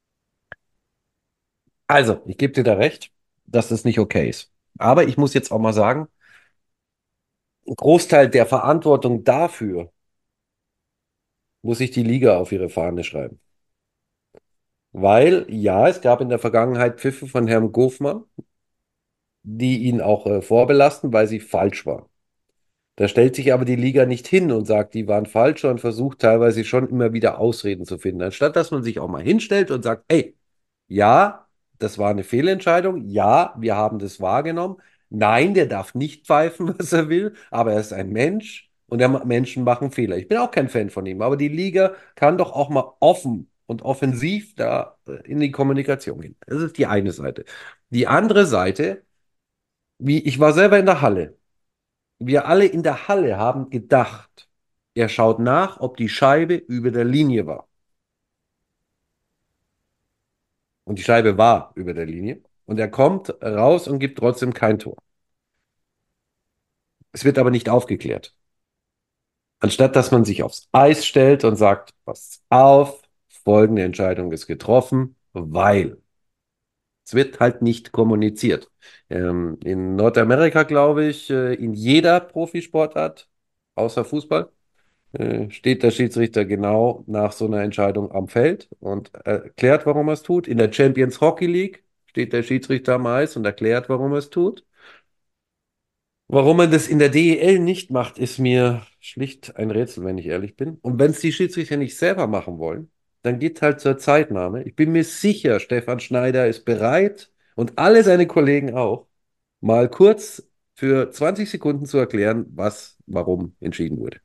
Also, ich gebe dir da recht, dass das nicht okay ist. Aber ich muss jetzt auch mal sagen, ein Großteil der Verantwortung dafür muss sich die Liga auf ihre Fahne schreiben. Weil, ja, es gab in der Vergangenheit Pfiffe von Herrn Gofmann, die ihn auch äh, vorbelasten, weil sie falsch waren. Da stellt sich aber die Liga nicht hin und sagt, die waren falsch und versucht teilweise schon immer wieder Ausreden zu finden. Anstatt dass man sich auch mal hinstellt und sagt, ey, ja, das war eine Fehlentscheidung, ja, wir haben das wahrgenommen. Nein, der darf nicht pfeifen, was er will, aber er ist ein Mensch und der Menschen machen Fehler. Ich bin auch kein Fan von ihm, aber die Liga kann doch auch mal offen und offensiv da äh, in die Kommunikation gehen. Das ist die eine Seite. Die andere Seite, wie ich war selber in der Halle. Wir alle in der Halle haben gedacht, er schaut nach, ob die Scheibe über der Linie war. Und die Scheibe war über der Linie. Und er kommt raus und gibt trotzdem kein Tor. Es wird aber nicht aufgeklärt. Anstatt dass man sich aufs Eis stellt und sagt, pass auf, folgende Entscheidung ist getroffen, weil es wird halt nicht kommuniziert. Ähm, in Nordamerika, glaube ich, äh, in jeder Profisportart, außer Fußball, äh, steht der Schiedsrichter genau nach so einer Entscheidung am Feld und erklärt, warum er es tut. In der Champions Hockey League steht der Schiedsrichter am Eis und erklärt, warum er es tut. Warum man das in der D E L nicht macht, ist mir schlicht ein Rätsel, wenn ich ehrlich bin. Und wenn es die Schiedsrichter nicht selber machen wollen, dann geht halt zur Zeitnahme. Ich bin mir sicher, Stefan Schneider ist bereit und alle seine Kollegen auch, mal kurz für zwanzig Sekunden zu erklären, was, warum entschieden wurde.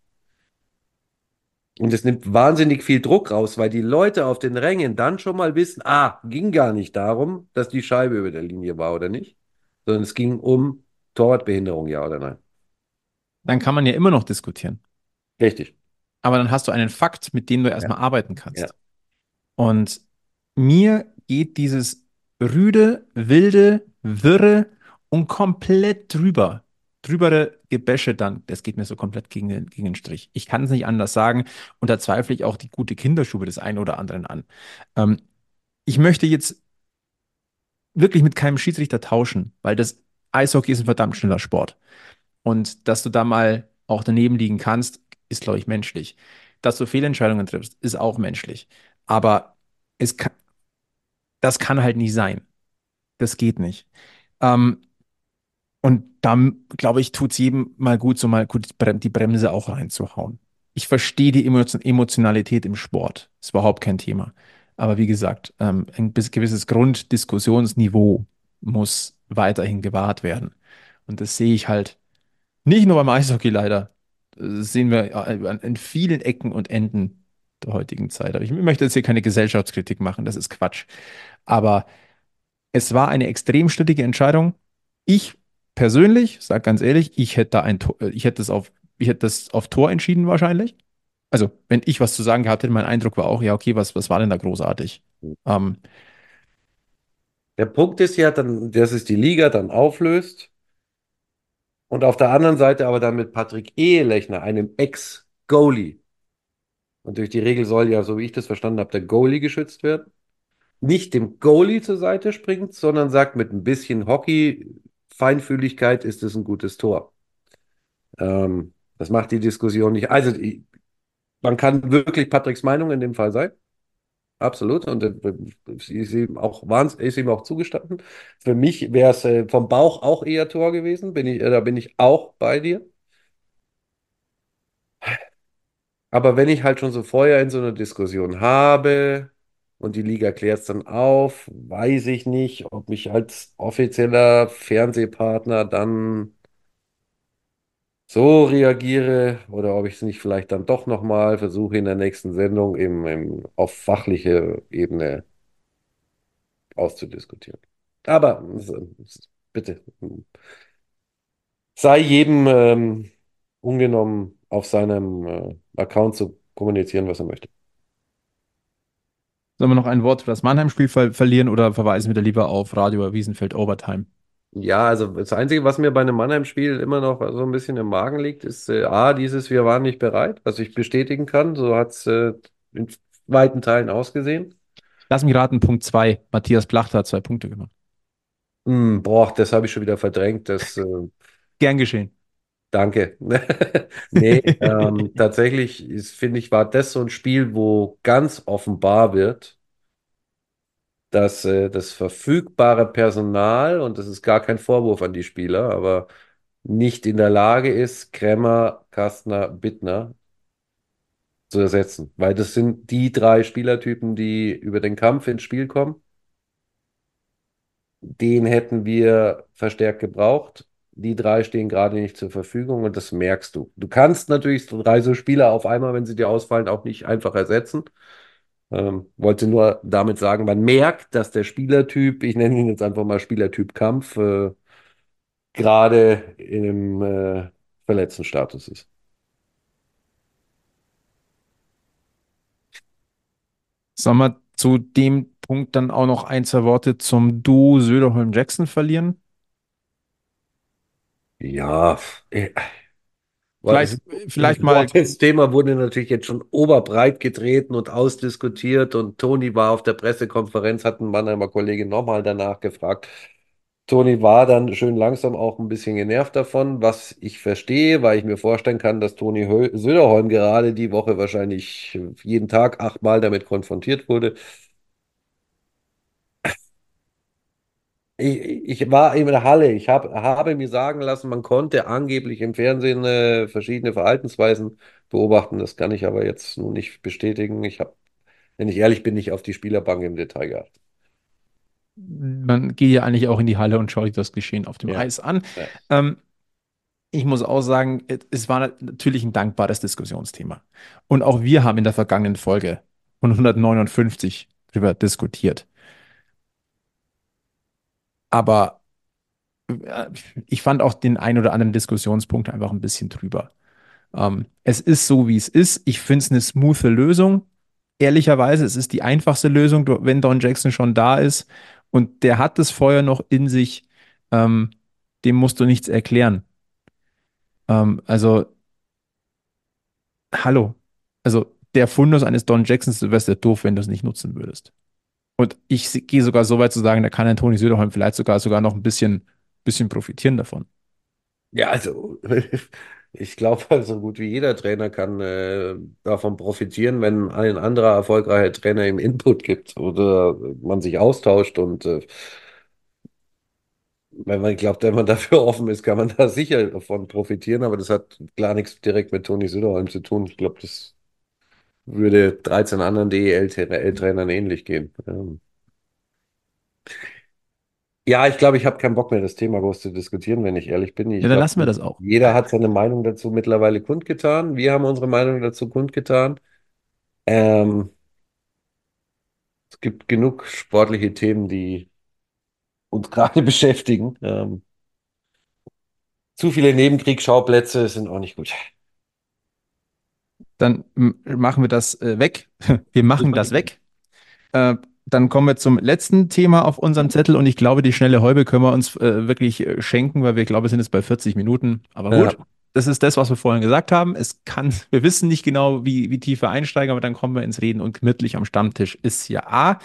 Und es nimmt wahnsinnig viel Druck raus, weil die Leute auf den Rängen dann schon mal wissen, ah, ging gar nicht darum, dass die Scheibe über der Linie war oder nicht, sondern es ging um Torwartbehinderung, ja oder nein. Dann kann man ja immer noch diskutieren. Richtig. Aber dann hast du einen Fakt, mit dem du Ja. erstmal arbeiten Ja. kannst. Und mir geht dieses rüde, wilde, wirre und komplett drüber, drübere Gebäsche dann, das geht mir so komplett gegen den, gegen den Strich. Ich kann es nicht anders sagen und da zweifle ich auch die gute Kinderstube des einen oder anderen an. Ähm, ich möchte jetzt wirklich mit keinem Schiedsrichter tauschen, weil das Eishockey ist ein verdammt schneller Sport. Und dass du da mal auch daneben liegen kannst, ist, glaube ich, menschlich. Dass du Fehlentscheidungen triffst, ist auch menschlich. Aber es kann, das kann halt nicht sein. Das geht nicht. Ähm, und dann, glaube ich, tut es jedem mal gut, so mal gut die Bremse auch reinzuhauen. Ich verstehe die Emotio- Emotionalität im Sport. Ist überhaupt kein Thema. Aber wie gesagt, ähm, ein bis- gewisses Grunddiskussionsniveau muss weiterhin gewahrt werden. Und das sehe ich halt nicht nur beim Eishockey leider. Das sehen wir äh, an- in vielen Ecken und Enden der heutigen Zeit. Aber ich möchte jetzt hier keine Gesellschaftskritik machen, das ist Quatsch. Aber Es war eine extrem strittige Entscheidung. Ich persönlich, sage ganz ehrlich, ich hätte da ein Tor, äh, ich hätte das auf, ich hätte das auf Tor entschieden wahrscheinlich. Also, wenn ich was zu sagen gehabt hätte, mein Eindruck war auch, ja, okay, was, was war denn da großartig? Ähm, Der Punkt ist ja dann, dass es die Liga dann auflöst und auf der anderen Seite aber dann mit Patrick Ehelechner, einem Ex-Goalie, und durch die Regel soll ja, so wie ich das verstanden habe, der Goalie geschützt werden, nicht dem Goalie zur Seite springt, sondern sagt, mit ein bisschen Hockey-Feinfühligkeit ist es ein gutes Tor. Ähm, das macht die Diskussion nicht. Also, ich- man kann wirklich Patricks Meinung in dem Fall sein. Absolut. Und äh, ist ihm auch, wahns- ist ihm auch zugestanden. Für mich wäre es äh, vom Bauch auch eher Tor gewesen. Bin ich, äh, da bin ich auch bei dir. Aber wenn ich halt schon so vorher in so einer Diskussion habe und die Liga klärt es dann auf, weiß ich nicht, ob ich als offizieller Fernsehpartner dann so reagiere oder ob ich es nicht vielleicht dann doch nochmal versuche in der nächsten Sendung im, im, auf fachliche Ebene auszudiskutieren. Aber s- bitte, sei jedem ähm, ungenommen auf seinem äh, Account zu kommunizieren, was er möchte. Sollen wir noch ein Wort für das Mannheim-Spiel ver verlieren oder verweisen wir da lieber auf Radio Wiesenfeld Overtime? Ja, also das Einzige, was mir bei einem Mannheim-Spiel immer noch so ein bisschen im Magen liegt, ist äh, A, dieses Wir waren nicht bereit, was ich bestätigen kann. So hat es äh, in weiten Teilen ausgesehen. Lass mich raten, Punkt zwei. Matthias Plachter hat zwei Punkte gemacht. Hm, boah, das habe ich schon wieder verdrängt. Das, äh, Gern geschehen. danke. Nee, ähm, tatsächlich ist, finde ich, war das so ein Spiel, wo ganz offenbar wird, dass äh, das verfügbare Personal, und das ist gar kein Vorwurf an die Spieler, aber nicht in der Lage ist, Krämer, Kastner, Bittner zu ersetzen. Weil das sind die drei Spielertypen, die über den Kampf ins Spiel kommen. Den hätten wir verstärkt gebraucht. Die drei stehen gerade nicht zur Verfügung und das merkst du. Du kannst natürlich so drei so Spieler auf einmal, wenn sie dir ausfallen, auch nicht einfach ersetzen. Ähm, wollte nur damit sagen, man merkt, dass der Spielertyp, ich nenne ihn jetzt einfach mal Spielertyp Kampf, äh, gerade im äh, verletzten Status ist. Sollen wir zu dem Punkt dann auch noch ein, zwei Worte zum Duo Söderholm-Jackson verlieren? Ja, äh, Weil es Vielleicht, ist, vielleicht boah, mal das Thema wurde natürlich jetzt schon oberbreit getreten und ausdiskutiert und Toni war auf der Pressekonferenz, hat ein Mannheimer Kollege nochmal danach gefragt. Toni war dann schön langsam auch ein bisschen genervt davon, was ich verstehe, weil ich mir vorstellen kann, dass Toni Hö Söderholm gerade die Woche wahrscheinlich jeden Tag achtmal damit konfrontiert wurde. Ich, ich war in der Halle. Ich hab, habe mir sagen lassen, man konnte angeblich im Fernsehen äh, verschiedene Verhaltensweisen beobachten. Das kann ich aber jetzt nun nicht bestätigen. Ich habe, wenn ich ehrlich bin, nicht auf die Spielerbank im Detail geachtet. man geht ja eigentlich auch in die Halle und schaut sich das Geschehen auf dem Ja. Eis an. Ja. Ähm, ich muss auch sagen, es war natürlich ein dankbares Diskussionsthema. Und auch wir haben in der vergangenen Folge von hundertneunundfünfzig darüber diskutiert. Aber äh, ich fand auch den ein oder anderen Diskussionspunkt einfach ein bisschen drüber. Ähm, es ist so, wie es ist. Ich finde es eine smoothe Lösung. Ehrlicherweise, es ist die einfachste Lösung, du- wenn Don Jackson schon da ist und der hat das Feuer noch in sich, ähm, dem musst du nichts erklären. Ähm, also, hallo. Also, der Fundus eines Don Jacksons, du wärst ja doof, wenn du es nicht nutzen würdest. Und ich se- gehe sogar so weit zu sagen, da kann ein Toni Söderholm vielleicht sogar, sogar noch ein bisschen, bisschen profitieren davon. Ja, also ich glaube, so gut wie jeder Trainer kann äh, davon profitieren, wenn ein anderer erfolgreicher Trainer ihm Input gibt oder man sich austauscht und äh, wenn man glaubt, wenn man dafür offen ist, kann man da sicher davon profitieren, aber das hat klar nichts direkt mit Toni Söderholm zu tun. Ich glaube, das würde dreizehn anderen D E L-Trainern ähnlich gehen. Ähm, Ja, ich glaube, ich habe keinen Bock mehr, das Thema groß zu diskutieren, wenn ich ehrlich bin. Ja, Ich dann glaube, lassen wir das auch. jeder hat seine Meinung dazu mittlerweile kundgetan. Wir haben unsere Meinung dazu kundgetan. Ähm, Es gibt genug sportliche Themen, die uns gerade beschäftigen. Ähm, zu viele Nebenkriegsschauplätze sind auch nicht gut. Dann m- machen wir das äh, weg. Wir machen das weg. Äh, Dann kommen wir zum letzten Thema auf unserem Zettel und ich glaube, die schnelle Häube können wir uns äh, wirklich äh, schenken, weil wir glaube, wir sind jetzt bei vierzig Minuten. Aber Ja. gut, das ist das, was wir vorhin gesagt haben. Es kann, wir wissen nicht genau, wie, wie tief wir einsteigen, aber dann kommen wir ins Reden und gemütlich am Stammtisch ist ja A.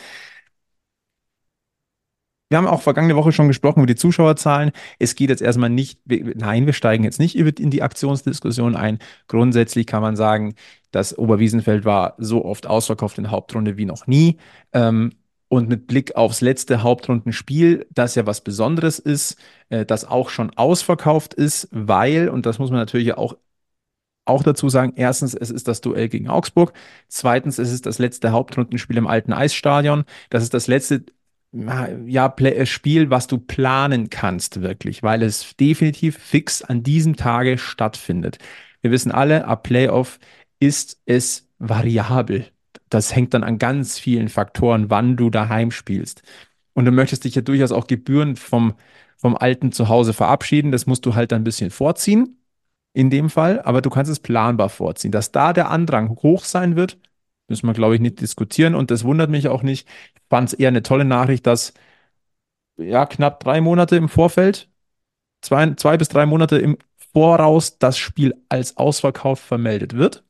Wir haben auch vergangene Woche schon gesprochen über die Zuschauerzahlen. Es geht jetzt erstmal nicht, wir- nein, wir steigen jetzt nicht über- in die Aktionsdiskussion ein. Grundsätzlich kann man sagen, das Oberwiesenfeld war so oft ausverkauft in der Hauptrunde wie noch nie. Ähm, und mit Blick aufs letzte Hauptrundenspiel, das ja was Besonderes ist, äh, das auch schon ausverkauft ist, weil, und das muss man natürlich auch auch dazu sagen, erstens, es ist das Duell gegen Augsburg. Zweitens, es ist das letzte Hauptrundenspiel im alten Eisstadion. Das ist das letzte ja, Play äh, Spiel, was du planen kannst, wirklich, weil es definitiv fix an diesem Tage stattfindet. Wir wissen alle, ab Playoff ist es variabel. Das hängt dann an ganz vielen Faktoren, wann du daheim spielst. Und du möchtest dich ja durchaus auch gebührend vom, vom alten Zuhause verabschieden. Das musst du halt dann ein bisschen vorziehen in dem Fall, aber du kannst es planbar vorziehen. Dass da der Andrang hoch sein wird, müssen wir, glaube ich, nicht diskutieren und das wundert mich auch nicht. Ich fand es eher eine tolle Nachricht, dass ja knapp drei Monate im Vorfeld, zwei, zwei bis drei Monate im Voraus das Spiel als Ausverkauf vermeldet wird.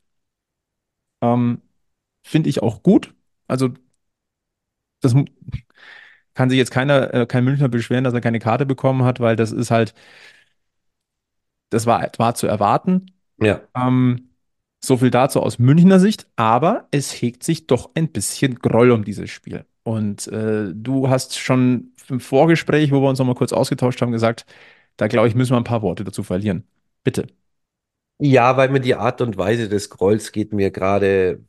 Ähm, Finde ich auch gut. Also das mu- kann sich jetzt keiner, äh, kein Münchner beschweren, dass er keine Karte bekommen hat, weil das ist halt, das war, war zu erwarten. Ja. Ähm, so viel dazu aus Münchner Sicht, aber es hegt sich doch ein bisschen Groll um dieses Spiel. Und äh, du hast schon im Vorgespräch, wo wir uns noch mal kurz ausgetauscht haben, gesagt, da glaube ich, müssen wir ein paar Worte dazu verlieren. Bitte. Ja, weil mir die Art und Weise des Grolls geht mir gerade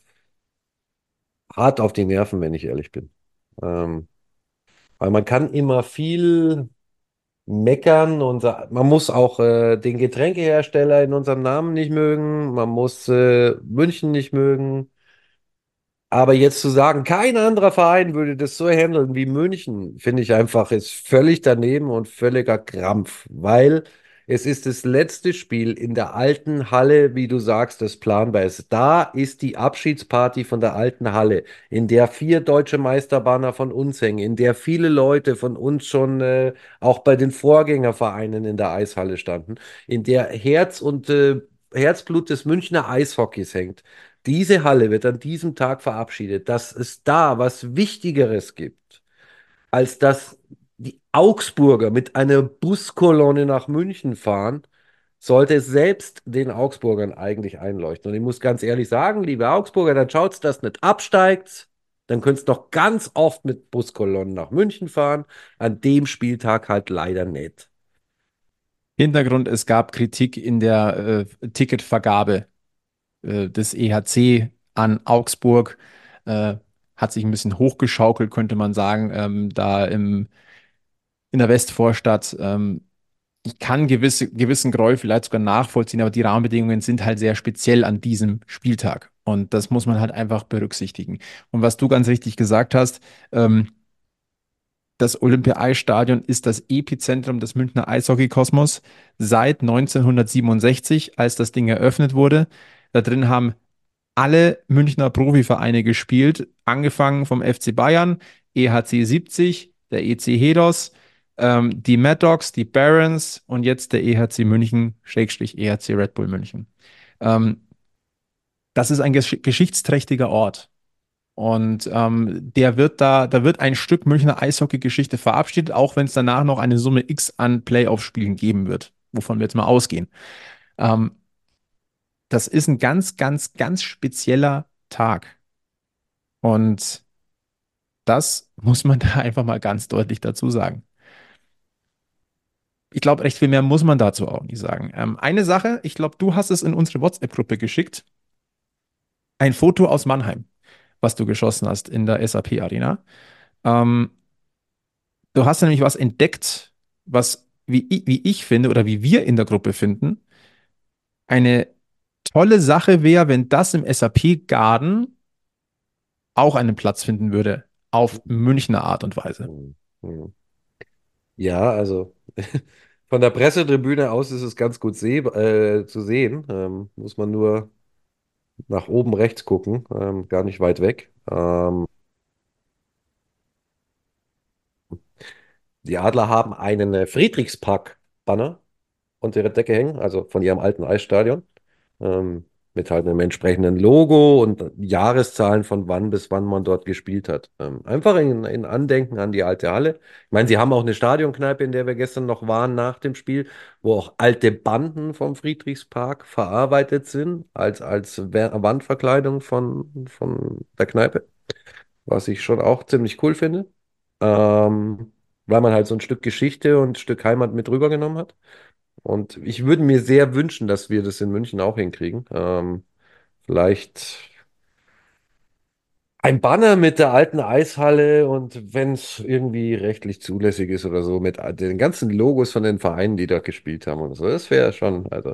hart auf die Nerven, wenn ich ehrlich bin. Ähm, weil man kann immer viel meckern und sa- man muss auch äh, den Getränkehersteller in unserem Namen nicht mögen, man muss äh, München nicht mögen. Aber jetzt zu sagen, kein anderer Verein würde das so handeln wie München, finde ich einfach, ist völlig daneben und völliger Krampf, weil es ist das letzte Spiel in der alten Halle, wie du sagst, das planbar ist. Da ist die Abschiedsparty von der alten Halle, in der vier deutsche Meisterbanner von uns hängen, in der viele Leute von uns schon äh, auch bei den Vorgängervereinen in der Eishalle standen, in der Herz und äh, Herzblut des Münchner Eishockeys hängt. Diese Halle wird an diesem Tag verabschiedet, dass es da was Wichtigeres gibt, als dass die Augsburger mit einer Buskolonne nach München fahren, sollte es selbst den Augsburgern eigentlich einleuchten. Und ich muss ganz ehrlich sagen, liebe Augsburger, dann schaut's, dass nicht absteigt. Dann könnt's noch ganz oft mit Buskolonnen nach München fahren. An dem Spieltag halt leider nicht. Hintergrund, es gab Kritik in der äh, Ticketvergabe äh, des E H C an Augsburg. Äh, Hat sich ein bisschen hochgeschaukelt, könnte man sagen, ähm, da im, in der Westvorstadt. Ähm, ich kann gewisse, gewissen Groll vielleicht sogar nachvollziehen, aber die Rahmenbedingungen sind halt sehr speziell an diesem Spieltag. Und das muss man halt einfach berücksichtigen. Und was du ganz richtig gesagt hast, ähm, das Olympia-Eisstadion ist das Epizentrum des Münchner Eishockeykosmos seit neunzehnhundertsiebenundsechzig, als das Ding eröffnet wurde. Da drin haben alle Münchner Profivereine gespielt, angefangen vom F C Bayern, E H C siebzig, der E C Hedos, ähm, die Mad Dogs, die Barons und jetzt der E H C München, Schrägstrich E H C Red Bull München. Ähm, Das ist ein gesch geschichtsträchtiger Ort. Und ähm, der wird da, da wird ein Stück Münchner Eishockey-Geschichte verabschiedet, auch wenn es danach noch eine Summe X an Playoff-Spielen geben wird, wovon wir jetzt mal ausgehen. Ähm, Das ist ein ganz, ganz, ganz spezieller Tag. Und das muss man da einfach mal ganz deutlich dazu sagen. Ich glaube, recht viel mehr muss man dazu auch nicht sagen. Ähm, eine Sache, ich glaube, du hast es in unsere WhatsApp-Gruppe geschickt. Ein Foto aus Mannheim, was du geschossen hast in der S A P-Arena. Ähm, Du hast nämlich was entdeckt, was, wie ich, wie ich finde oder wie wir in der Gruppe finden, eine tolle Sache wäre, wenn das im S A P-Garden auch einen Platz finden würde, auf Münchner Art und Weise. Hm, hm. Ja, also von der Pressetribüne aus ist es ganz gut seh äh, zu sehen. Ähm, muss man nur nach oben rechts gucken, ähm, gar nicht weit weg. Ähm, die Adler haben einen äh, Friedrichspark-Banner unter ihrer Decke hängen, also von ihrem alten Eisstadion, ähm, mit halt einem entsprechenden Logo und Jahreszahlen von wann bis wann man dort gespielt hat. Ähm, einfach in, in Andenken an die alte Halle. Ich meine, sie haben auch eine Stadionkneipe, in der wir gestern noch waren nach dem Spiel, wo auch alte Banden vom Friedrichspark verarbeitet sind, als, als Wa- Wandverkleidung von, von der Kneipe, was ich schon auch ziemlich cool finde. Ähm, weil man halt so ein Stück Geschichte und ein Stück Heimat mit rübergenommen hat. Und ich würde mir sehr wünschen, dass wir das in München auch hinkriegen. Ähm, vielleicht ein Banner mit der alten Eishalle und wenn es irgendwie rechtlich zulässig ist oder so, mit den ganzen Logos von den Vereinen, die dort gespielt haben und so. Das wäre schon, also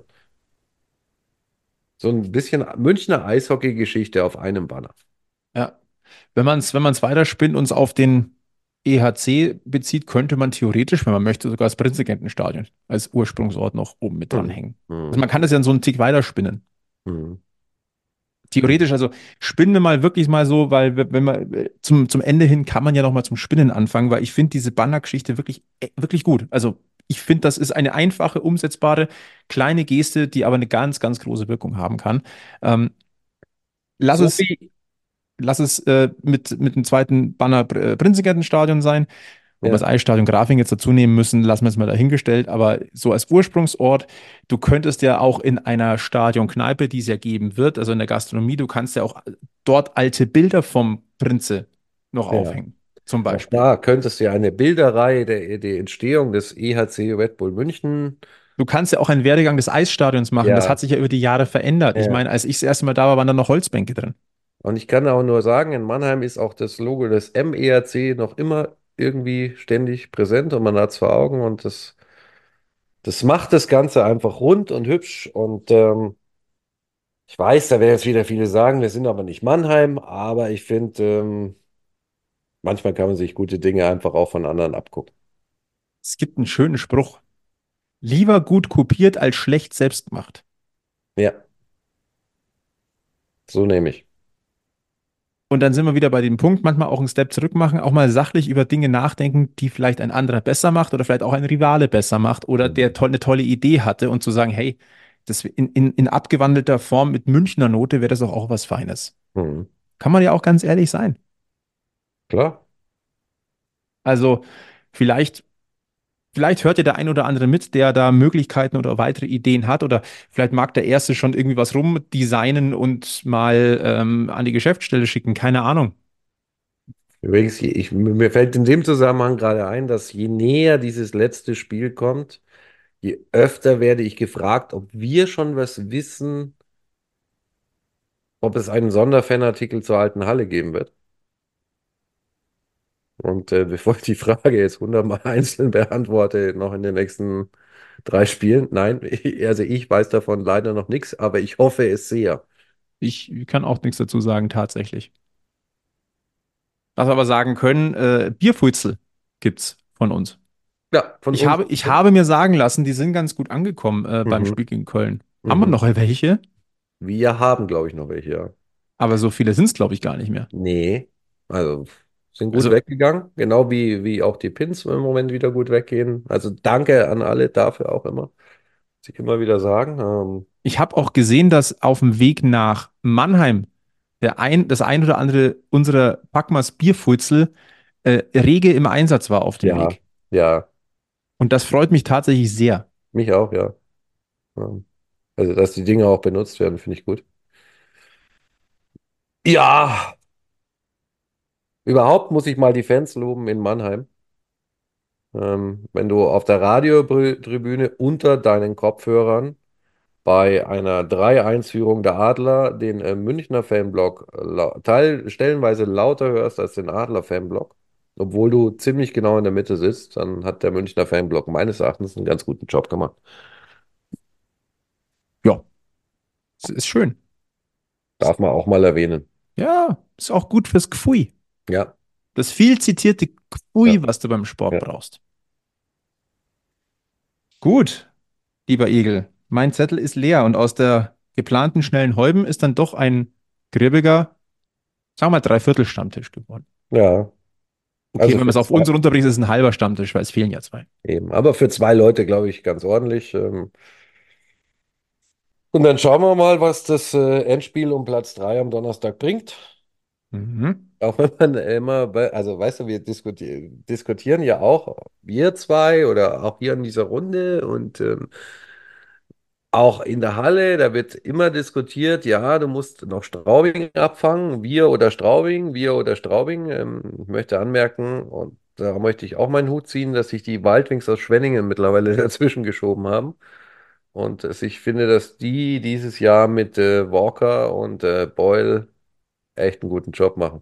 so ein bisschen Münchner Eishockey-Geschichte auf einem Banner. Ja. Wenn man es wenn man es weiterspinnt und es auf den E H C bezieht, könnte man theoretisch, wenn man möchte, sogar das Prinzregentenstadion als Ursprungsort noch oben mit Hm. dranhängen. Also Hm. man kann das ja so einen Tick weiterspinnen. Hm. Theoretisch, also spinnen wir mal wirklich mal so, weil wir- wenn man äh, zum, zum Ende hin kann man ja noch mal zum Spinnen anfangen, weil ich finde diese Banner-Geschichte wirklich, äh, wirklich gut. Also ich finde, das ist eine einfache, umsetzbare, kleine Geste, die aber eine ganz, ganz große Wirkung haben kann. Ähm, lass So es wie, Lass es äh, mit, mit dem zweiten Banner äh, Prinzregentstadion sein. Ob wir das ja, Eisstadion Grafing jetzt dazu nehmen müssen, lassen wir es mal dahingestellt. Aber so als Ursprungsort, du könntest ja auch in einer Stadionkneipe, die es ja geben wird, also in der Gastronomie, du kannst ja auch dort alte Bilder vom Prinze noch ja. aufhängen, zum Auch Beispiel. da könntest du ja eine Bilderreihe der, der Entstehung des E H C Red Bull München. Du kannst ja auch einen Werdegang des Eisstadions machen. Das hat Ja, sich ja über die Jahre verändert. Ich ja. meine, als ich das erste Mal da war, waren da noch Holzbänke drin. Und ich kann auch nur sagen, in Mannheim ist auch das Logo des M E R C noch immer irgendwie ständig präsent und man hat es vor Augen und das, das macht das Ganze einfach rund und hübsch. Und ähm, ich weiß, da werden jetzt wieder viele sagen, wir sind aber nicht Mannheim, aber ich finde, ähm, manchmal kann man sich gute Dinge einfach auch von anderen abgucken. Es gibt einen schönen Spruch. Lieber gut kopiert als schlecht selbst gemacht. Ja, so nehme ich. Und dann sind wir wieder bei dem Punkt, manchmal auch einen Step zurück machen, auch mal sachlich über Dinge nachdenken, die vielleicht ein anderer besser macht oder vielleicht auch ein Rivale besser macht oder der Mhm. toll, eine tolle Idee hatte und zu sagen, hey, das in, in, in abgewandelter Form mit Münchner Note wäre das doch auch was Feines. Mhm. Kann man ja auch ganz ehrlich sein. Klar. Also vielleicht, vielleicht hört ja der ein oder andere mit, der da Möglichkeiten oder weitere Ideen hat oder vielleicht mag der Erste schon irgendwie was rumdesignen und mal ähm, an die Geschäftsstelle schicken, keine Ahnung. Übrigens, ich, mir fällt in dem Zusammenhang gerade ein, dass je näher dieses letzte Spiel kommt, je öfter werde ich gefragt, ob wir schon was wissen, ob es einen Sonderfanartikel zur alten Halle geben wird. Und äh, bevor ich die Frage jetzt hundertmal einzeln beantworte, noch in den nächsten drei Spielen, nein, also ich weiß davon leider noch nichts, aber ich hoffe es sehr. Ich kann auch nichts dazu sagen, tatsächlich. Was wir aber sagen können, äh, Bierfuizel gibt's von uns. Ja, von Ich uns. habe, ich habe mir sagen lassen, die sind ganz gut angekommen äh, beim Mhm, Spiel gegen Köln. Haben wir mhm. noch welche? Wir haben, glaube ich, noch welche, ja. Aber so viele sind es, glaube ich, gar nicht mehr. Nee, also sind gut Also weggegangen, genau wie, wie auch die Pins im Moment wieder gut weggehen. Also danke an alle dafür auch immer, was ich immer wieder sagen. Ähm, ich habe auch gesehen, dass auf dem Weg nach Mannheim der ein, das ein oder andere unserer Packmas Bierfuizel äh, rege im Einsatz war auf dem ja, Weg. ja, Und das freut mich tatsächlich sehr. mich auch, ja. Ähm, also, dass die Dinge auch benutzt werden, finde ich gut. Ja, überhaupt muss ich mal die Fans loben in Mannheim. Ähm, wenn du auf der Radiotribüne unter deinen Kopfhörern bei einer drei eins-Führung der Adler den äh, Münchner Fanblock lau teil stellenweise lauter hörst als den Adler Fanblock, obwohl du ziemlich genau in der Mitte sitzt, dann hat der Münchner Fanblock meines Erachtens einen ganz guten Job gemacht. Ja, es ist schön. Darf man auch mal erwähnen. Ja, ist auch gut fürs Gefühl. Ja, Das viel zitierte ja, Gefühl, was du beim Sport ja. brauchst. Gut, lieber Egel. Mein Zettel ist leer und aus der geplanten schnellen Häuben ist dann doch ein gribbiger, sagen wir mal, Dreiviertel-Stammtisch geworden. Ja, Okay, also wenn man es für auf zwei, uns runterbricht, ist es ein halber Stammtisch, weil es fehlen ja zwei. eben. Aber für zwei Leute, glaube ich, ganz ordentlich. Ähm, Und dann schauen wir mal, was das äh, Endspiel um Platz drei am Donnerstag bringt. Mhm. Auch wenn man immer, bei, also weißt du, wir diskuti diskutieren ja auch, wir zwei oder auch hier in dieser Runde und ähm, auch in der Halle, da wird immer diskutiert, ja, du musst noch Straubing abfangen, wir oder Straubing, wir oder Straubing. Ähm, ich möchte anmerken, und da möchte ich auch meinen Hut ziehen, dass sich die Wildwings aus Schwenningen mittlerweile dazwischen geschoben haben. Und dass ich finde, dass die dieses Jahr mit äh, Walker und äh, Boyle echt einen guten Job machen.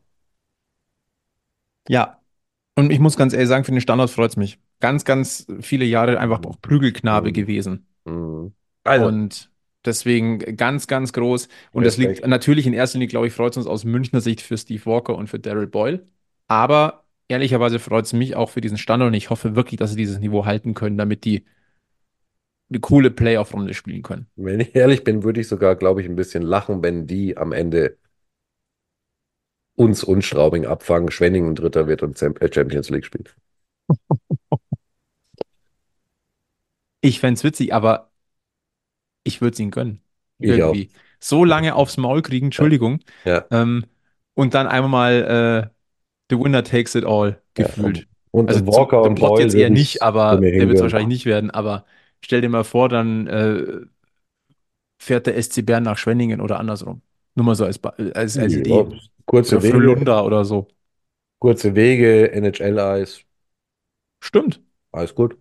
Ja, und ich muss ganz ehrlich sagen, für den Standort freut es mich. Ganz, ganz viele Jahre einfach Mhm. auch Prügelknabe Mhm. gewesen. Mhm. Also, Und deswegen ganz, ganz groß. Und das liegt Respekt. natürlich in erster Linie, glaube ich, freut es uns aus Münchner Sicht für Steve Walker und für Daryl Boyle. Aber ehrlicherweise freut es mich auch für diesen Standort und ich hoffe wirklich, dass sie dieses Niveau halten können, damit die eine coole Playoff-Runde spielen können. Wenn ich ehrlich bin, würde ich sogar, glaube ich, ein bisschen lachen, wenn die am Ende uns und Straubing abfangen, Schwenningen Dritter wird und Zam- äh, Champions League spielt. Ich fände es witzig, aber ich würde es ihnen gönnen. Ich auch. Irgendwie. So lange aufs Maul kriegen, Ja, Entschuldigung. ja, Ähm, und dann einmal mal äh, The Winner takes it all ja. Und, gefühlt. und, Also und zum, Walker der und Plot Boyle jetzt eher würde nicht, ich aber der ohnehin wird es gönnen. wahrscheinlich nicht werden. Aber stell dir mal vor, dann äh, fährt der S C Bern nach Schwenningen oder andersrum. Nur mal so als, Ba- als, als Ja, Idee. kurze Oder Wege, Frölunda oder so. kurze Wege, N H L-Eis, Stimmt. alles gut.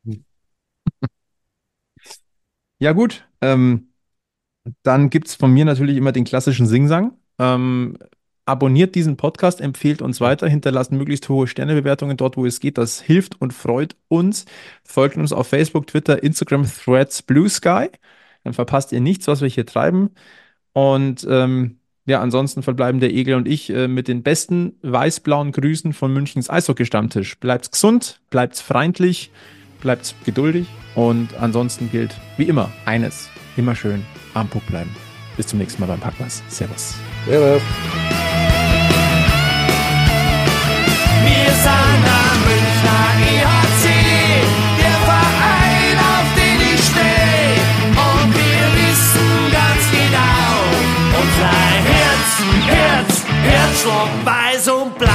Ja, gut. Ähm, Dann gibt es von mir natürlich immer den klassischen Singsang. Ähm, abonniert diesen Podcast, empfehlt uns weiter, hinterlasst möglichst hohe Sternebewertungen dort, wo es geht. Das hilft und freut uns. Folgt uns auf Facebook, Twitter, Instagram, Threads, Blue Sky. Dann verpasst ihr nichts, was wir hier treiben. Und ähm, ja, ansonsten verbleiben der Egel und ich äh, mit den besten weiß-blauen Grüßen von Münchens Eishockey-Stammtisch. Bleibt's gesund, bleibt's freundlich, bleibt's geduldig. Und ansonsten gilt wie immer eines: immer schön am Puck bleiben. Bis zum nächsten Mal beim Packmas. Servus. Ja, Wir sind der Münchner E H C, der Verein, auf den ich stehe. Und wir wissen ganz genau, unser Herz, Herz, Herzschlag weiß und blau.